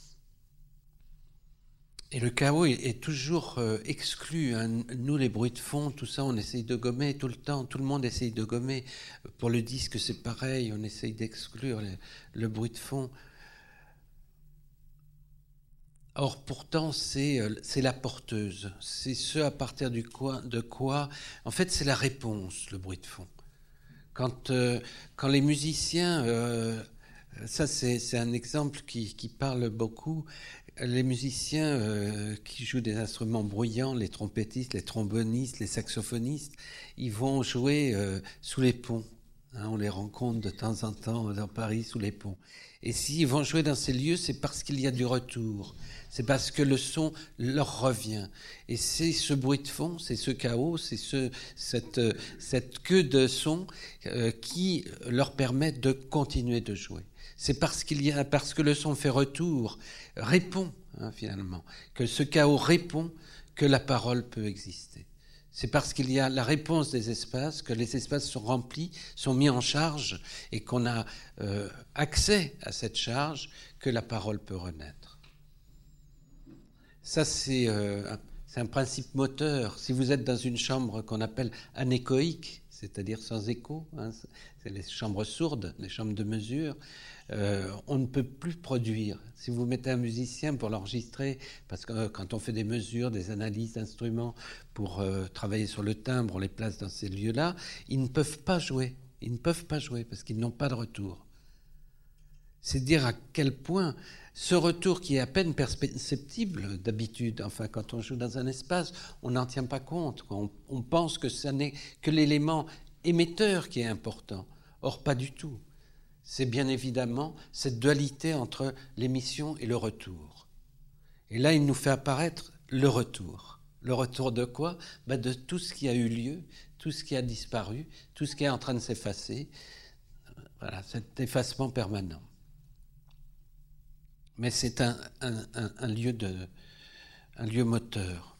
Et le chaos est, est toujours euh, exclu, hein. Nous, les bruits de fond, tout ça, on essaye de gommer tout le temps. Tout le monde essaye de gommer. Pour le disque, c'est pareil. On essaye d'exclure les, le bruit de fond. Or, pourtant, c'est, c'est la porteuse. C'est ce à partir du quoi, de quoi... En fait, c'est la réponse, le bruit de fond. Quand, euh, quand les musiciens, euh, ça c'est, c'est un exemple qui, qui parle beaucoup, les musiciens euh, qui jouent des instruments bruyants, les trompettistes, les trombonistes, les saxophonistes, ils vont jouer euh, sous les ponts, Hein, on les rencontre de temps en temps dans Paris sous les ponts. Et s'ils vont jouer dans ces lieux, c'est parce qu'il y a du retour. C'est parce que le son leur revient. Et c'est ce bruit de fond, c'est ce chaos, c'est ce, cette, cette queue de son euh, qui leur permet de continuer de jouer. C'est parce qu'il y a, parce que le son fait retour, répond hein, finalement, que ce chaos répond que la parole peut exister. C'est parce qu'il y a la réponse des espaces, que les espaces sont remplis, sont mis en charge et qu'on a euh, accès à cette charge que la parole peut renaître. Ça, c'est, euh, c'est un principe moteur. Si vous êtes dans une chambre qu'on appelle anéchoïque, c'est-à-dire sans écho, hein, c'est les chambres sourdes, les chambres de mesure, euh, on ne peut plus produire. Si vous mettez un musicien pour l'enregistrer, parce que euh, quand on fait des mesures, des analyses d'instruments pour euh, travailler sur le timbre, on les place dans ces lieux-là, ils ne peuvent pas jouer. Ils ne peuvent pas jouer parce qu'ils n'ont pas de retour. C'est dire à quel point ce retour qui est à peine perceptible d'habitude, enfin quand on joue dans un espace, on n'en tient pas compte. On, on pense que ça n'est que l'élément émetteur qui est important. Or, pas du tout. C'est bien évidemment cette dualité entre l'émission et le retour. Et là, il nous fait apparaître le retour. Le retour de quoi ? Ben de tout ce qui a eu lieu, tout ce qui a disparu, tout ce qui est en train de s'effacer. Voilà, cet effacement permanent. Mais c'est un, un, un, un, lieu de, un lieu moteur.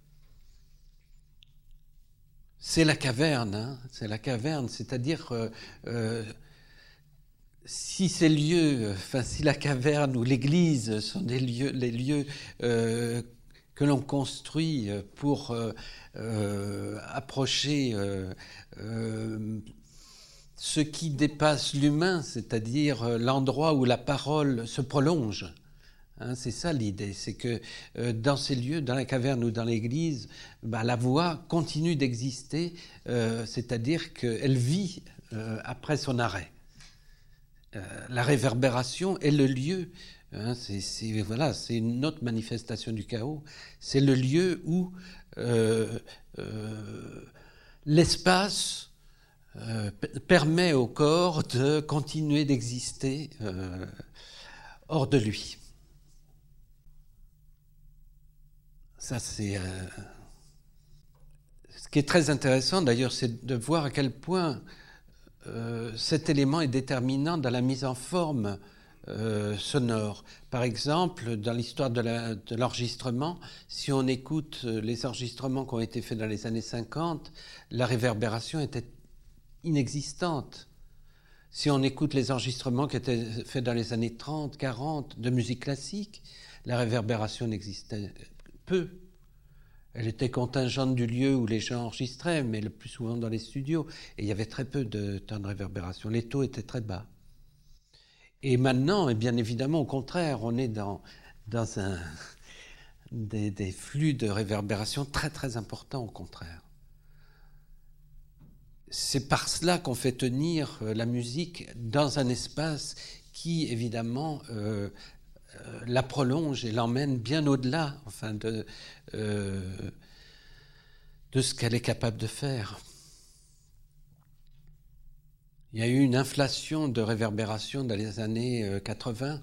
C'est la caverne, hein, c'est la caverne, c'est-à-dire euh, euh, si ces lieux, enfin si la caverne ou l'église sont des lieux, les lieux euh, que l'on construit pour euh, euh, approcher euh, euh, ce qui dépasse l'humain, c'est-à-dire l'endroit où la parole se prolonge. Hein, c'est ça l'idée, c'est que euh, dans ces lieux, dans la caverne ou dans l'église, bah, la voix continue d'exister, euh, c'est-à-dire qu'elle vit euh, après son arrêt. Euh, la réverbération est le lieu, hein, c'est, c'est, voilà, c'est une autre manifestation du chaos, c'est le lieu où euh, euh, l'espace euh, p- permet au corps de continuer d'exister euh, hors de lui. Ça, c'est... Euh, ce qui est très intéressant, d'ailleurs, c'est de voir à quel point euh, cet élément est déterminant dans la mise en forme euh, sonore. Par exemple, dans l'histoire de, la, de l'enregistrement, si on écoute les enregistrements qui ont été faits dans les années cinquante, la réverbération était inexistante. Si on écoute les enregistrements qui étaient faits dans les années trente, quarante, de musique classique, la réverbération n'existait peu. Elle était contingente du lieu où les gens enregistraient, mais le plus souvent dans les studios. Et il y avait très peu de temps de réverbération. Les taux étaient très bas. Et maintenant, et bien évidemment, au contraire, on est dans, dans un, des, des flux de réverbération très très importants, au contraire. C'est par cela qu'on fait tenir la musique dans un espace qui, évidemment, euh, euh, la prolonge et l'emmène bien au-delà, enfin, de, euh, de ce qu'elle est capable de faire. Il y a eu une inflation de réverbération dans les années quatre-vingts.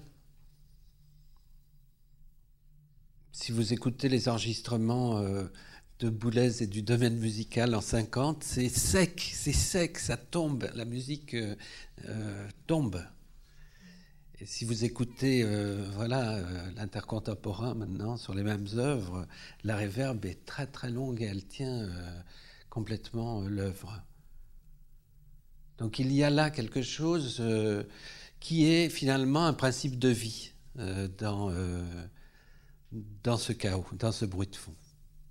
Si vous écoutez les enregistrements euh, de Boulez et du Domaine musical en cinquante, c'est sec, c'est sec, ça tombe, la musique euh, euh, tombe. Et si vous écoutez euh, voilà, euh, l'intercontemporain maintenant sur les mêmes œuvres, la réverb est très très longue et elle tient euh, complètement euh, l'œuvre. Donc il y a là quelque chose euh, qui est finalement un principe de vie euh, dans, euh, dans ce chaos, dans ce bruit de fond.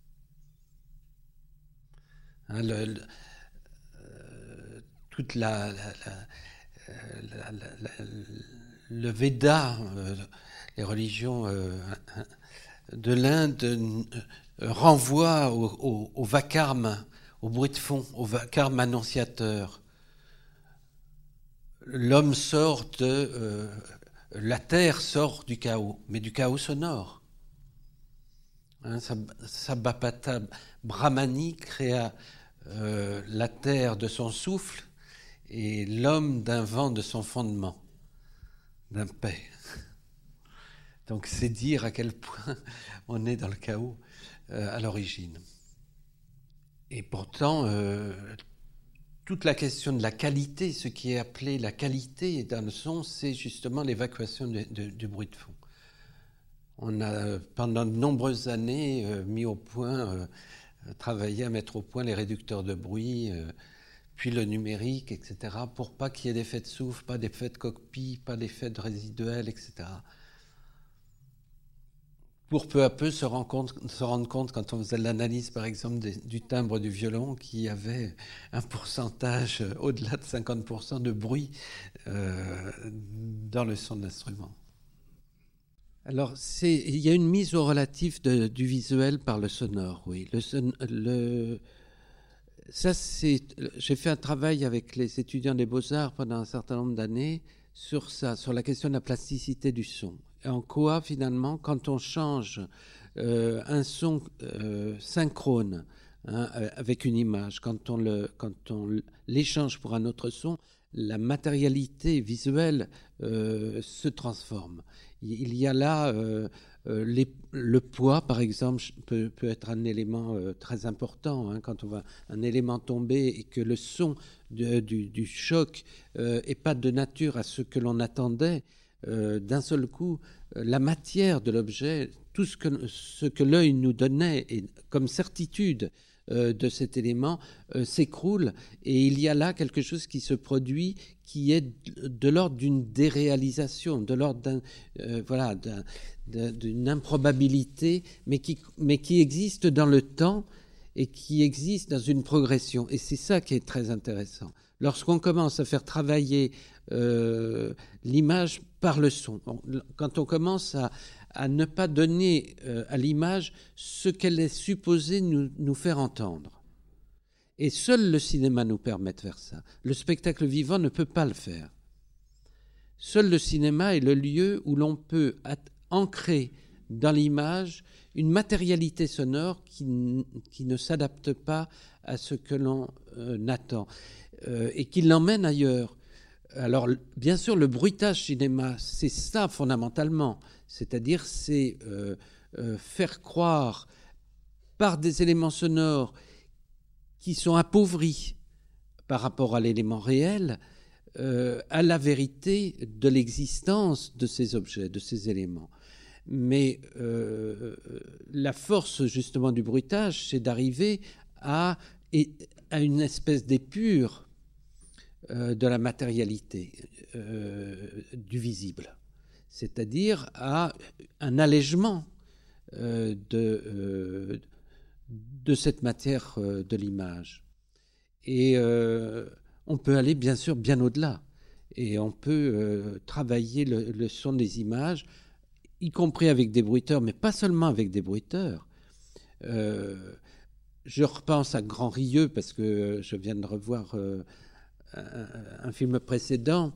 Hein, le, le, euh, toute la, la, la, la, la, la le Veda, euh, les religions euh, de l'Inde euh, renvoient au, au, au vacarme, au bruit de fond, au vacarme annonciateur. L'homme sort de... Euh, la terre sort du chaos, mais du chaos sonore. Hein, Sabapata Brahmani créa euh, la terre de son souffle et l'homme d'un vent de son fondement, d'un paix. Donc c'est dire à quel point on est dans le chaos euh, à l'origine. Et pourtant, euh, toute la question de la qualité, ce qui est appelé la qualité d'un son, c'est justement l'évacuation de, de, du bruit de fond. On a, pendant de nombreuses années, euh, mis au point, euh, travaillé à mettre au point les réducteurs de bruit, euh, puis le numérique, et cetera, pour pas qu'il y ait d'effet de souffle, pas d'effet de cockpit, pas d'effet de résiduel, et cetera. Pour peu à peu se rendre compte, se rendre compte quand on faisait l'analyse, par exemple, des, du timbre du violon, qu'il y avait un pourcentage au-delà de cinquante pour cent de bruit euh, dans le son de l'instrument. Alors, c'est, il y a une mise au relatif de, du visuel par le sonore, oui. Le, son, le, ça, c'est, j'ai fait un travail avec les étudiants des Beaux-Arts pendant un certain nombre d'années sur ça, sur la question de la plasticité du son. Et en quoi, finalement, quand on change euh, un son euh, synchrone hein, avec une image, quand on, le, quand on l'échange pour un autre son, la matérialité visuelle euh, se transforme. Il y a là euh, euh, les, le poids, par exemple, peut, peut être un élément euh, très important. Hein, quand on voit un élément tomber et que le son de, du, du choc n'est euh, pas de nature à ce que l'on attendait, euh, d'un seul coup, euh, la matière de l'objet, tout ce que, ce que l'œil nous donnait et, comme certitude euh, de cet élément, euh, s'écroule. Et il y a là quelque chose qui se produit qui est de, de l'ordre d'une déréalisation, de l'ordre d'un, euh, voilà, d'un, d'un, d'une improbabilité, mais qui, mais qui existe dans le temps et qui existe dans une progression. Et c'est ça qui est très intéressant. Lorsqu'on commence à faire travailler euh, l'image par le son, quand on commence à, à ne pas donner euh, à l'image ce qu'elle est supposée nous, nous faire entendre. Et seul le cinéma nous permet de faire ça. Le spectacle vivant ne peut pas le faire. Seul le cinéma est le lieu où l'on peut ancrer dans l'image une matérialité sonore qui, qui ne s'adapte pas à ce que l'on euh, attend euh, et qui l'emmène ailleurs. Alors, bien sûr, le bruitage cinéma, c'est ça fondamentalement, c'est-à-dire c'est euh, euh, faire croire par des éléments sonores qui sont appauvris par rapport à l'élément réel, euh, à la vérité de l'existence de ces objets, de ces éléments. Mais euh, la force justement du bruitage, c'est d'arriver à, à une espèce d'épure euh, de la matérialité euh, du visible, c'est-à-dire à un allègement euh, de, euh, de cette matière euh, de l'image. Et euh, on peut aller bien sûr bien au-delà, et on peut euh, travailler le, le son des images, y compris avec des bruiteurs, mais pas seulement avec des bruiteurs. Euh, je repense à Grand Rieux, parce que je viens de revoir euh, un, un film précédent,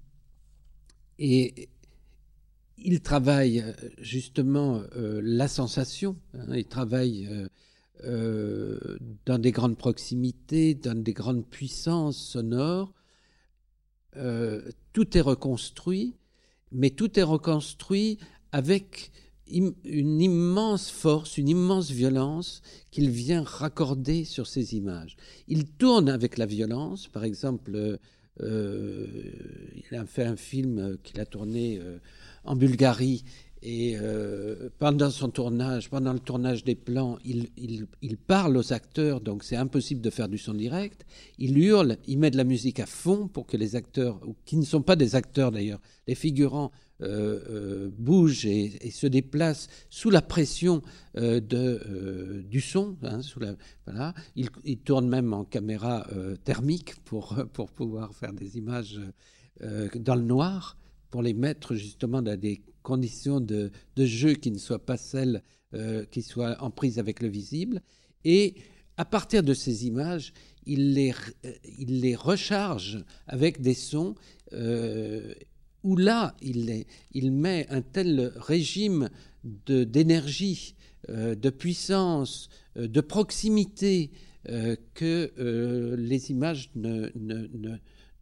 et il travaille justement euh, la sensation, hein, il travaille euh, euh, dans des grandes proximités, dans des grandes puissances sonores. Euh, tout est reconstruit, mais tout est reconstruit avec une immense force, une immense violence qu'il vient raccorder sur ces images. Il tourne avec la violence, par exemple, euh, il a fait un film qu'il a tourné euh, en Bulgarie, et euh, pendant son tournage, pendant le tournage des plans, il, il, il parle aux acteurs, donc c'est impossible de faire du son direct. Il hurle, il met de la musique à fond pour que les acteurs, qui ne sont pas des acteurs d'ailleurs, les figurants euh, euh, bougent et, et se déplacent sous la pression euh, de, euh, du son. Hein, sous la, voilà. il, il tourne même en caméra euh, thermique pour, pour pouvoir faire des images euh, dans le noir, pour les mettre justement dans des conditions de, de jeu qui ne soient pas celles euh, qui soient en prise avec le visible. Et à partir de ces images, il les, il les recharge avec des sons euh, où là, il, les, il met un tel régime de, d'énergie, euh, de puissance, euh, de proximité, euh, que euh, les images ne, ne, ne,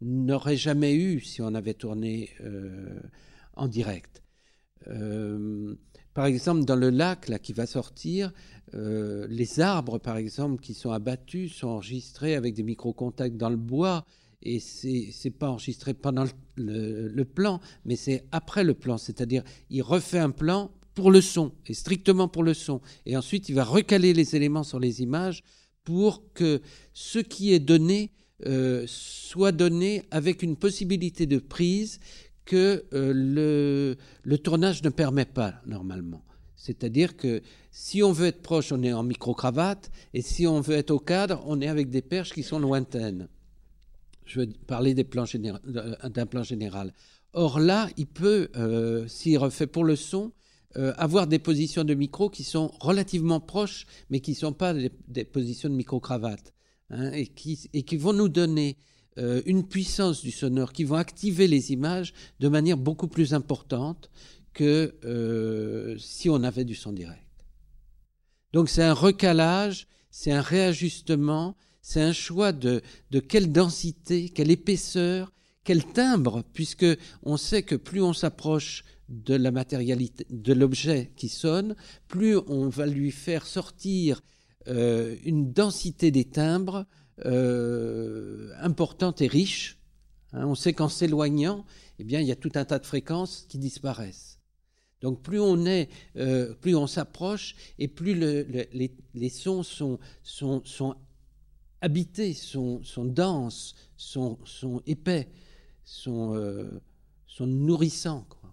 n'aurait jamais eu si on avait tourné euh, en direct. Euh, par exemple, dans le lac là, qui va sortir, euh, les arbres, par exemple, qui sont abattus, sont enregistrés avec des micro-contacts dans le bois, et c'est, c'est pas enregistré pendant le, le, le plan, mais c'est après le plan, c'est-à-dire il refait un plan pour le son, et strictement pour le son, et ensuite il va recaler les éléments sur les images pour que ce qui est donné euh, soit donné avec une possibilité de prise que euh, le, le tournage ne permet pas normalement. C'est-à-dire que si on veut être proche, on est en micro-cravate, et si on veut être au cadre, on est avec des perches qui sont lointaines. Je veux parler des plans généra- d'un plan général. Or là, il peut, euh, s'il refait pour le son, euh, avoir des positions de micro qui sont relativement proches, mais qui ne sont pas des, des positions de micro-cravate, hein, et, qui, et qui vont nous donner euh, une puissance du sonore, qui vont activer les images de manière beaucoup plus importante que euh, si on avait du son direct. Donc c'est un recalage, c'est un réajustement, c'est un choix de, de quelle densité, quelle épaisseur, quel timbre, puisque on sait que plus on s'approche de la matérialité, de l'objet qui sonne, plus on va lui faire sortir euh, une densité des timbres euh, importante et riche. Hein, on sait qu'en s'éloignant, eh bien, il y a tout un tas de fréquences qui disparaissent. Donc plus on est, euh, plus on s'approche, et plus le, le, les, les sons sont, sont, sont habités, sont, sont denses, sont, sont épais, sont, euh, sont nourrissants, quoi.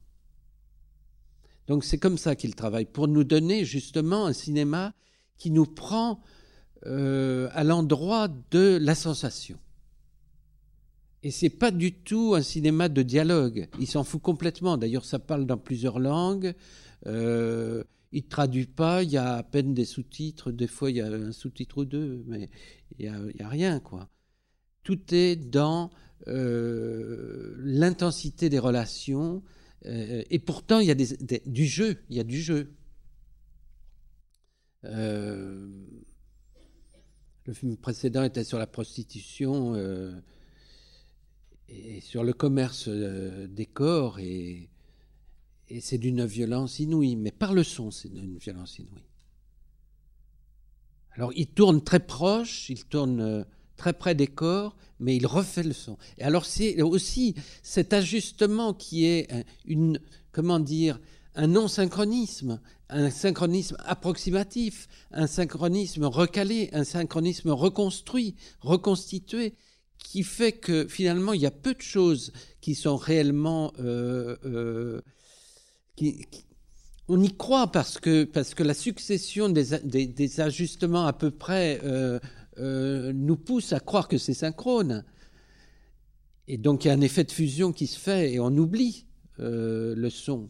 Donc c'est comme ça qu'il travaille, pour nous donner justement un cinéma qui nous prend euh, à l'endroit de la sensation. Et c'est pas du tout un cinéma de dialogue. Il s'en fout complètement. D'ailleurs, ça parle dans plusieurs langues. Euh, il ne traduit pas. Il y a à peine des sous-titres. Des fois, il y a un sous-titre ou deux, mais il n'y a, il y a rien, quoi. Tout est dans euh, l'intensité des relations. Euh, et pourtant, il y a des, des, du jeu. Il y a du jeu. Euh, le film précédent était sur la prostitution. Euh, et sur le commerce euh, des corps, et, et c'est d'une violence inouïe, mais par le son, c'est d'une violence inouïe. Alors, il tourne très proche, il tourne euh, très près des corps, mais il refait le son. Et alors, c'est aussi cet ajustement qui est une, comment dire, un non-synchronisme, un synchronisme approximatif, un synchronisme recalé, un synchronisme reconstruit, reconstitué, qui fait que finalement il y a peu de choses qui sont réellement euh, euh, qui, qui, on y croit parce que, parce que la succession des, des, des ajustements à peu près euh, euh, nous pousse à croire que c'est synchrone, et donc il y a un effet de fusion qui se fait et on oublie euh, le son.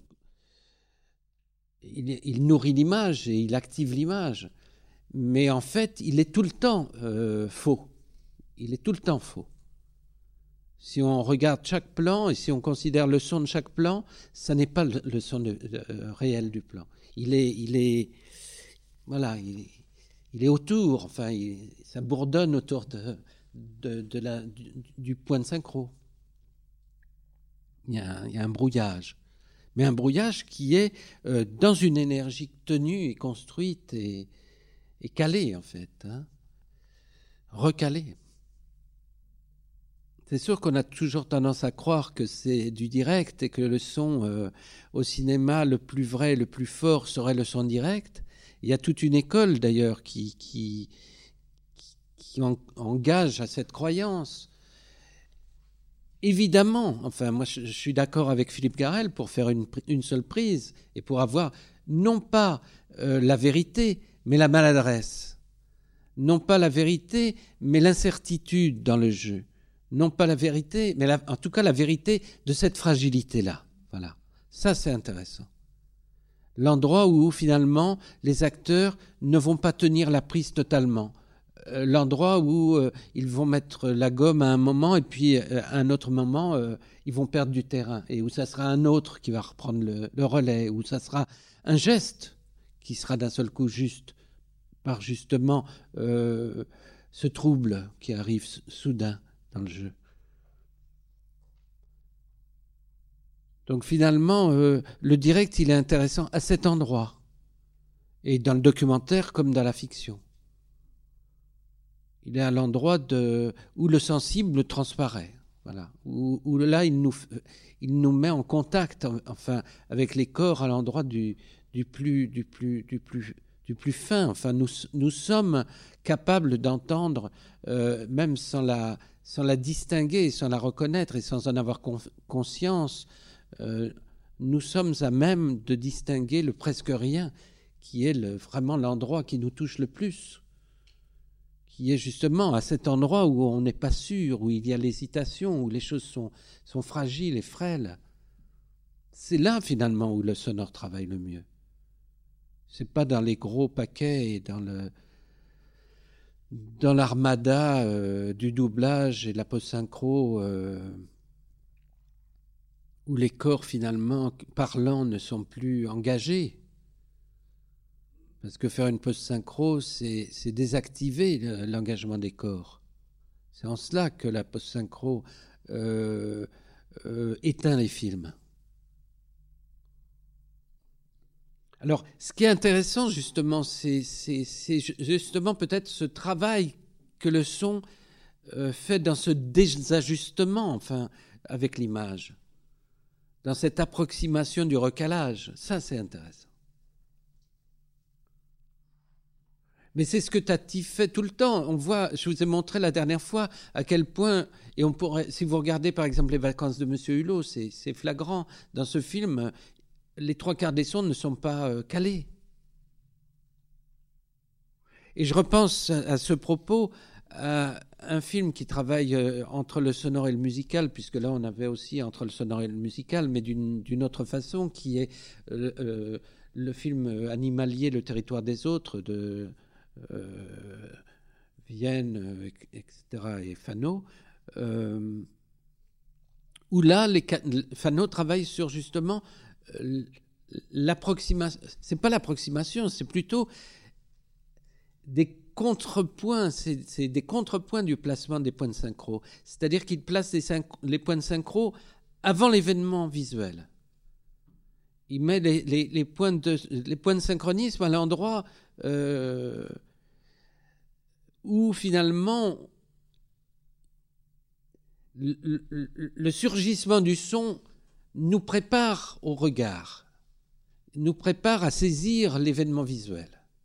Il, il nourrit l'image et il active l'image, mais en fait il est tout le temps euh, faux. Il est tout le temps faux. Si on regarde chaque plan et si on considère le son de chaque plan, ça n'est pas le, le son de, de, euh, réel du plan. Il est, il est, voilà, il, il est autour. Enfin, il, ça bourdonne autour de, de, de la, du, du point de synchro. Il y a, il y a un brouillage, mais un brouillage qui est euh, dans une énergie tenue et construite et, et calée en fait, hein, recalée. C'est sûr qu'on a toujours tendance à croire que c'est du direct et que le son euh, au cinéma, le plus vrai, le plus fort serait le son direct. Il y a toute une école d'ailleurs qui, qui, qui en, engage à cette croyance. Évidemment, enfin moi je, je suis d'accord avec Philippe Garrel pour faire une, une seule prise et pour avoir non pas euh, la vérité, mais la maladresse. Non pas la vérité, mais l'incertitude dans le jeu. Non pas la vérité, mais la, en tout cas la vérité de cette fragilité-là. Voilà, ça c'est intéressant. L'endroit où finalement les acteurs ne vont pas tenir la prise totalement. Euh, l'endroit où euh, ils vont mettre la gomme à un moment et puis euh, à un autre moment euh, ils vont perdre du terrain et où ça sera un autre qui va reprendre le, le relais, où ça sera un geste qui sera d'un seul coup juste par justement euh, ce trouble qui arrive soudain dans le jeu. Donc finalement, euh, le direct, il est intéressant à cet endroit. Et dans le documentaire comme dans la fiction. Il est à l'endroit de, où le sensible transparaît. Voilà. Où, où là, il nous, il nous met en contact, enfin, avec les corps à l'endroit du, du, plus, du, plus, du, plus, du plus fin. Enfin, nous, nous sommes capables d'entendre, euh, même sans la, sans la distinguer, sans la reconnaître et sans en avoir con, conscience, euh, nous sommes à même de distinguer le presque rien, qui est le, vraiment l'endroit qui nous touche le plus, qui est justement à cet endroit où on n'est pas sûr, où il y a l'hésitation, où les choses sont, sont fragiles et frêles. C'est là finalement où le sonore travaille le mieux. C'est pas dans les gros paquets et dans le dans l'armada euh, du doublage et de la post-synchro euh, où les corps finalement parlants ne sont plus engagés. Parce que faire une post-synchro, c'est, c'est désactiver l'engagement des corps. C'est en cela que la post-synchro euh, euh, éteint les films. Alors, ce qui est intéressant, justement, c'est, c'est, c'est justement peut-être ce travail que le son euh, fait dans ce désajustement, enfin, avec l'image, dans cette approximation du recalage. Ça, c'est intéressant. Mais c'est ce que Tati fait tout le temps. On voit, je vous ai montré la dernière fois à quel point, et on pourrait, si vous regardez par exemple Les Vacances de Monsieur Hulot, c'est, c'est flagrant. Dans ce film, les trois quarts des sons ne sont pas euh, calés. Et je repense à, à ce propos à un film qui travaille euh, entre le sonore et le musical, puisque là on avait aussi entre le sonore et le musical, mais d'une, d'une autre façon, qui est euh, euh, le film animalier Le Territoire des Autres de Euh, Vienne, euh, et cetera, et Fano, euh, où là, les, Fano travaille sur justement euh, l'approximation. C'est pas l'approximation, c'est plutôt des contrepoints, c'est, c'est des contrepoints du placement des points de synchro. C'est-à-dire qu'il place les, synch- les points de synchro avant l'événement visuel. Il met les, les, les, points, de, les points de synchronisme à l'endroit euh, où finalement le, le, le surgissement du son nous prépare au regard, nous prépare à saisir l'événement visuel.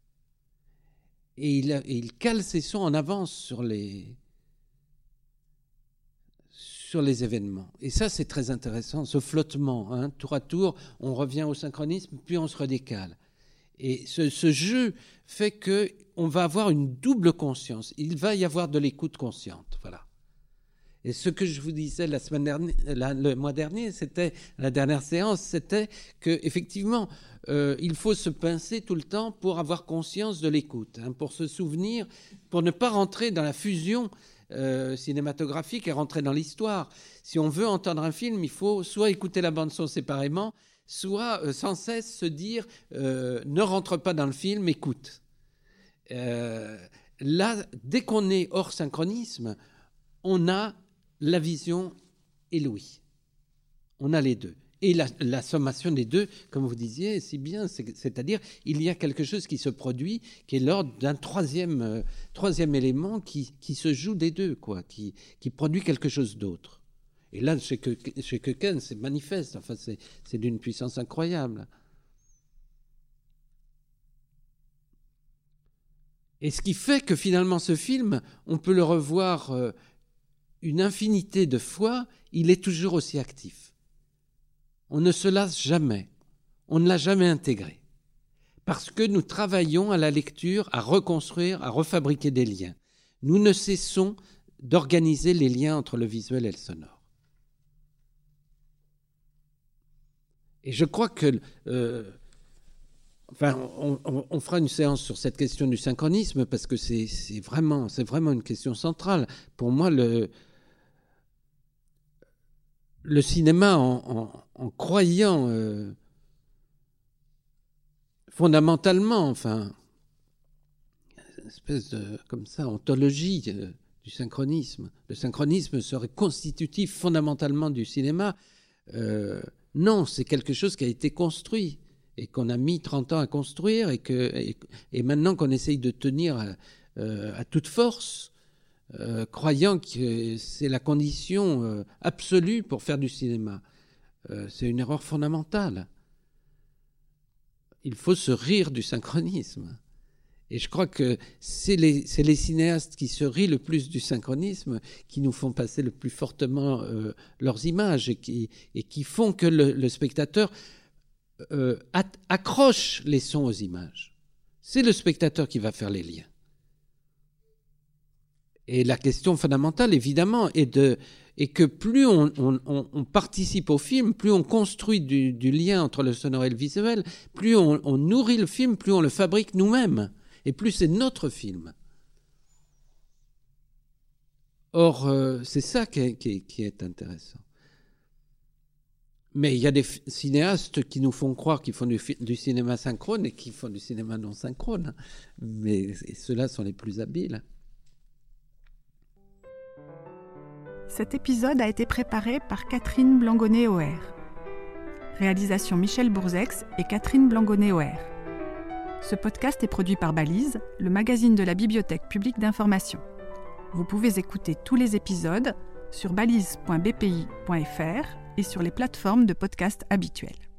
Et il, et il cale ses sons en avance sur les, sur les événements. Et ça, c'est très intéressant, ce flottement. Hein, tour à tour, on revient au synchronisme, puis on se redécale. Et ce, ce jeu fait qu'on va avoir une double conscience. Il va y avoir de l'écoute consciente. Voilà. Et ce que je vous disais la semaine dernière, la, le mois dernier, c'était la dernière séance, c'était qu'effectivement, euh, il faut se pincer tout le temps pour avoir conscience de l'écoute, hein, pour se souvenir, pour ne pas rentrer dans la fusion euh, cinématographique et rentrer dans l'histoire. Si on veut entendre un film, il faut soit écouter la bande-son séparément, soit euh, sans cesse se dire euh, ne rentre pas dans le film, écoute. Euh, là, dès qu'on est hors synchronisme, on a la vision et l'ouïe. On a les deux. Et la, la sommation des deux, comme vous disiez si bien, c'est, c'est-à-dire il y a quelque chose qui se produit, qui est l'ordre d'un troisième, euh, troisième élément qui, qui se joue des deux, quoi, qui, qui produit quelque chose d'autre. Et là, chez Köken, c'est manifeste, enfin, c'est, c'est d'une puissance incroyable. Et ce qui fait que finalement ce film, on peut le revoir euh, une infinité de fois, il est toujours aussi actif. On ne se lasse jamais, on ne l'a jamais intégré. Parce que nous travaillons à la lecture, à reconstruire, à refabriquer des liens. Nous ne cessons d'organiser les liens entre le visuel et le sonore. Et je crois que... Euh, enfin, on, on, on fera une séance sur cette question du synchronisme parce que c'est, c'est, vraiment, c'est vraiment une question centrale. Pour moi, le, le cinéma, en, en, en croyant euh, fondamentalement, enfin, une espèce de, comme ça, ontologie euh, du synchronisme. Le synchronisme serait constitutif fondamentalement du cinéma. Euh, Non, c'est quelque chose qui a été construit et qu'on a mis trente ans à construire et, que, et, et maintenant qu'on essaye de tenir euh, à toute force, euh, croyant que c'est la condition euh, absolue pour faire du cinéma. Euh, c'est une erreur fondamentale. Il faut se rire du synchronisme. Et je crois que c'est les, c'est les cinéastes qui se rient le plus du synchronisme qui nous font passer le plus fortement euh, leurs images et qui, et qui font que le, le spectateur euh, accroche les sons aux images. C'est le spectateur qui va faire les liens. Et la question fondamentale, évidemment, est, de, est que plus on, on, on participe au film, plus on construit du, du lien entre le sonore et le visuel, plus on, on nourrit le film, plus on le fabrique nous-mêmes. Et plus c'est notre film. Or, euh, c'est ça qui est, qui, est, qui est intéressant. Mais il y a des f- cinéastes qui nous font croire qu'ils font du, fi- du cinéma synchrone et qui font du cinéma non synchrone. Mais ceux-là sont les plus habiles. Cet épisode a été préparé par Catherine Blangonnet-Oher. Réalisation Michel Bourzex et Catherine Blangonnet-Oher. Ce podcast est produit par Balise, le magazine de la Bibliothèque publique d'information. Vous pouvez écouter tous les épisodes sur balise point b p i point f r et sur les plateformes de podcast habituelles.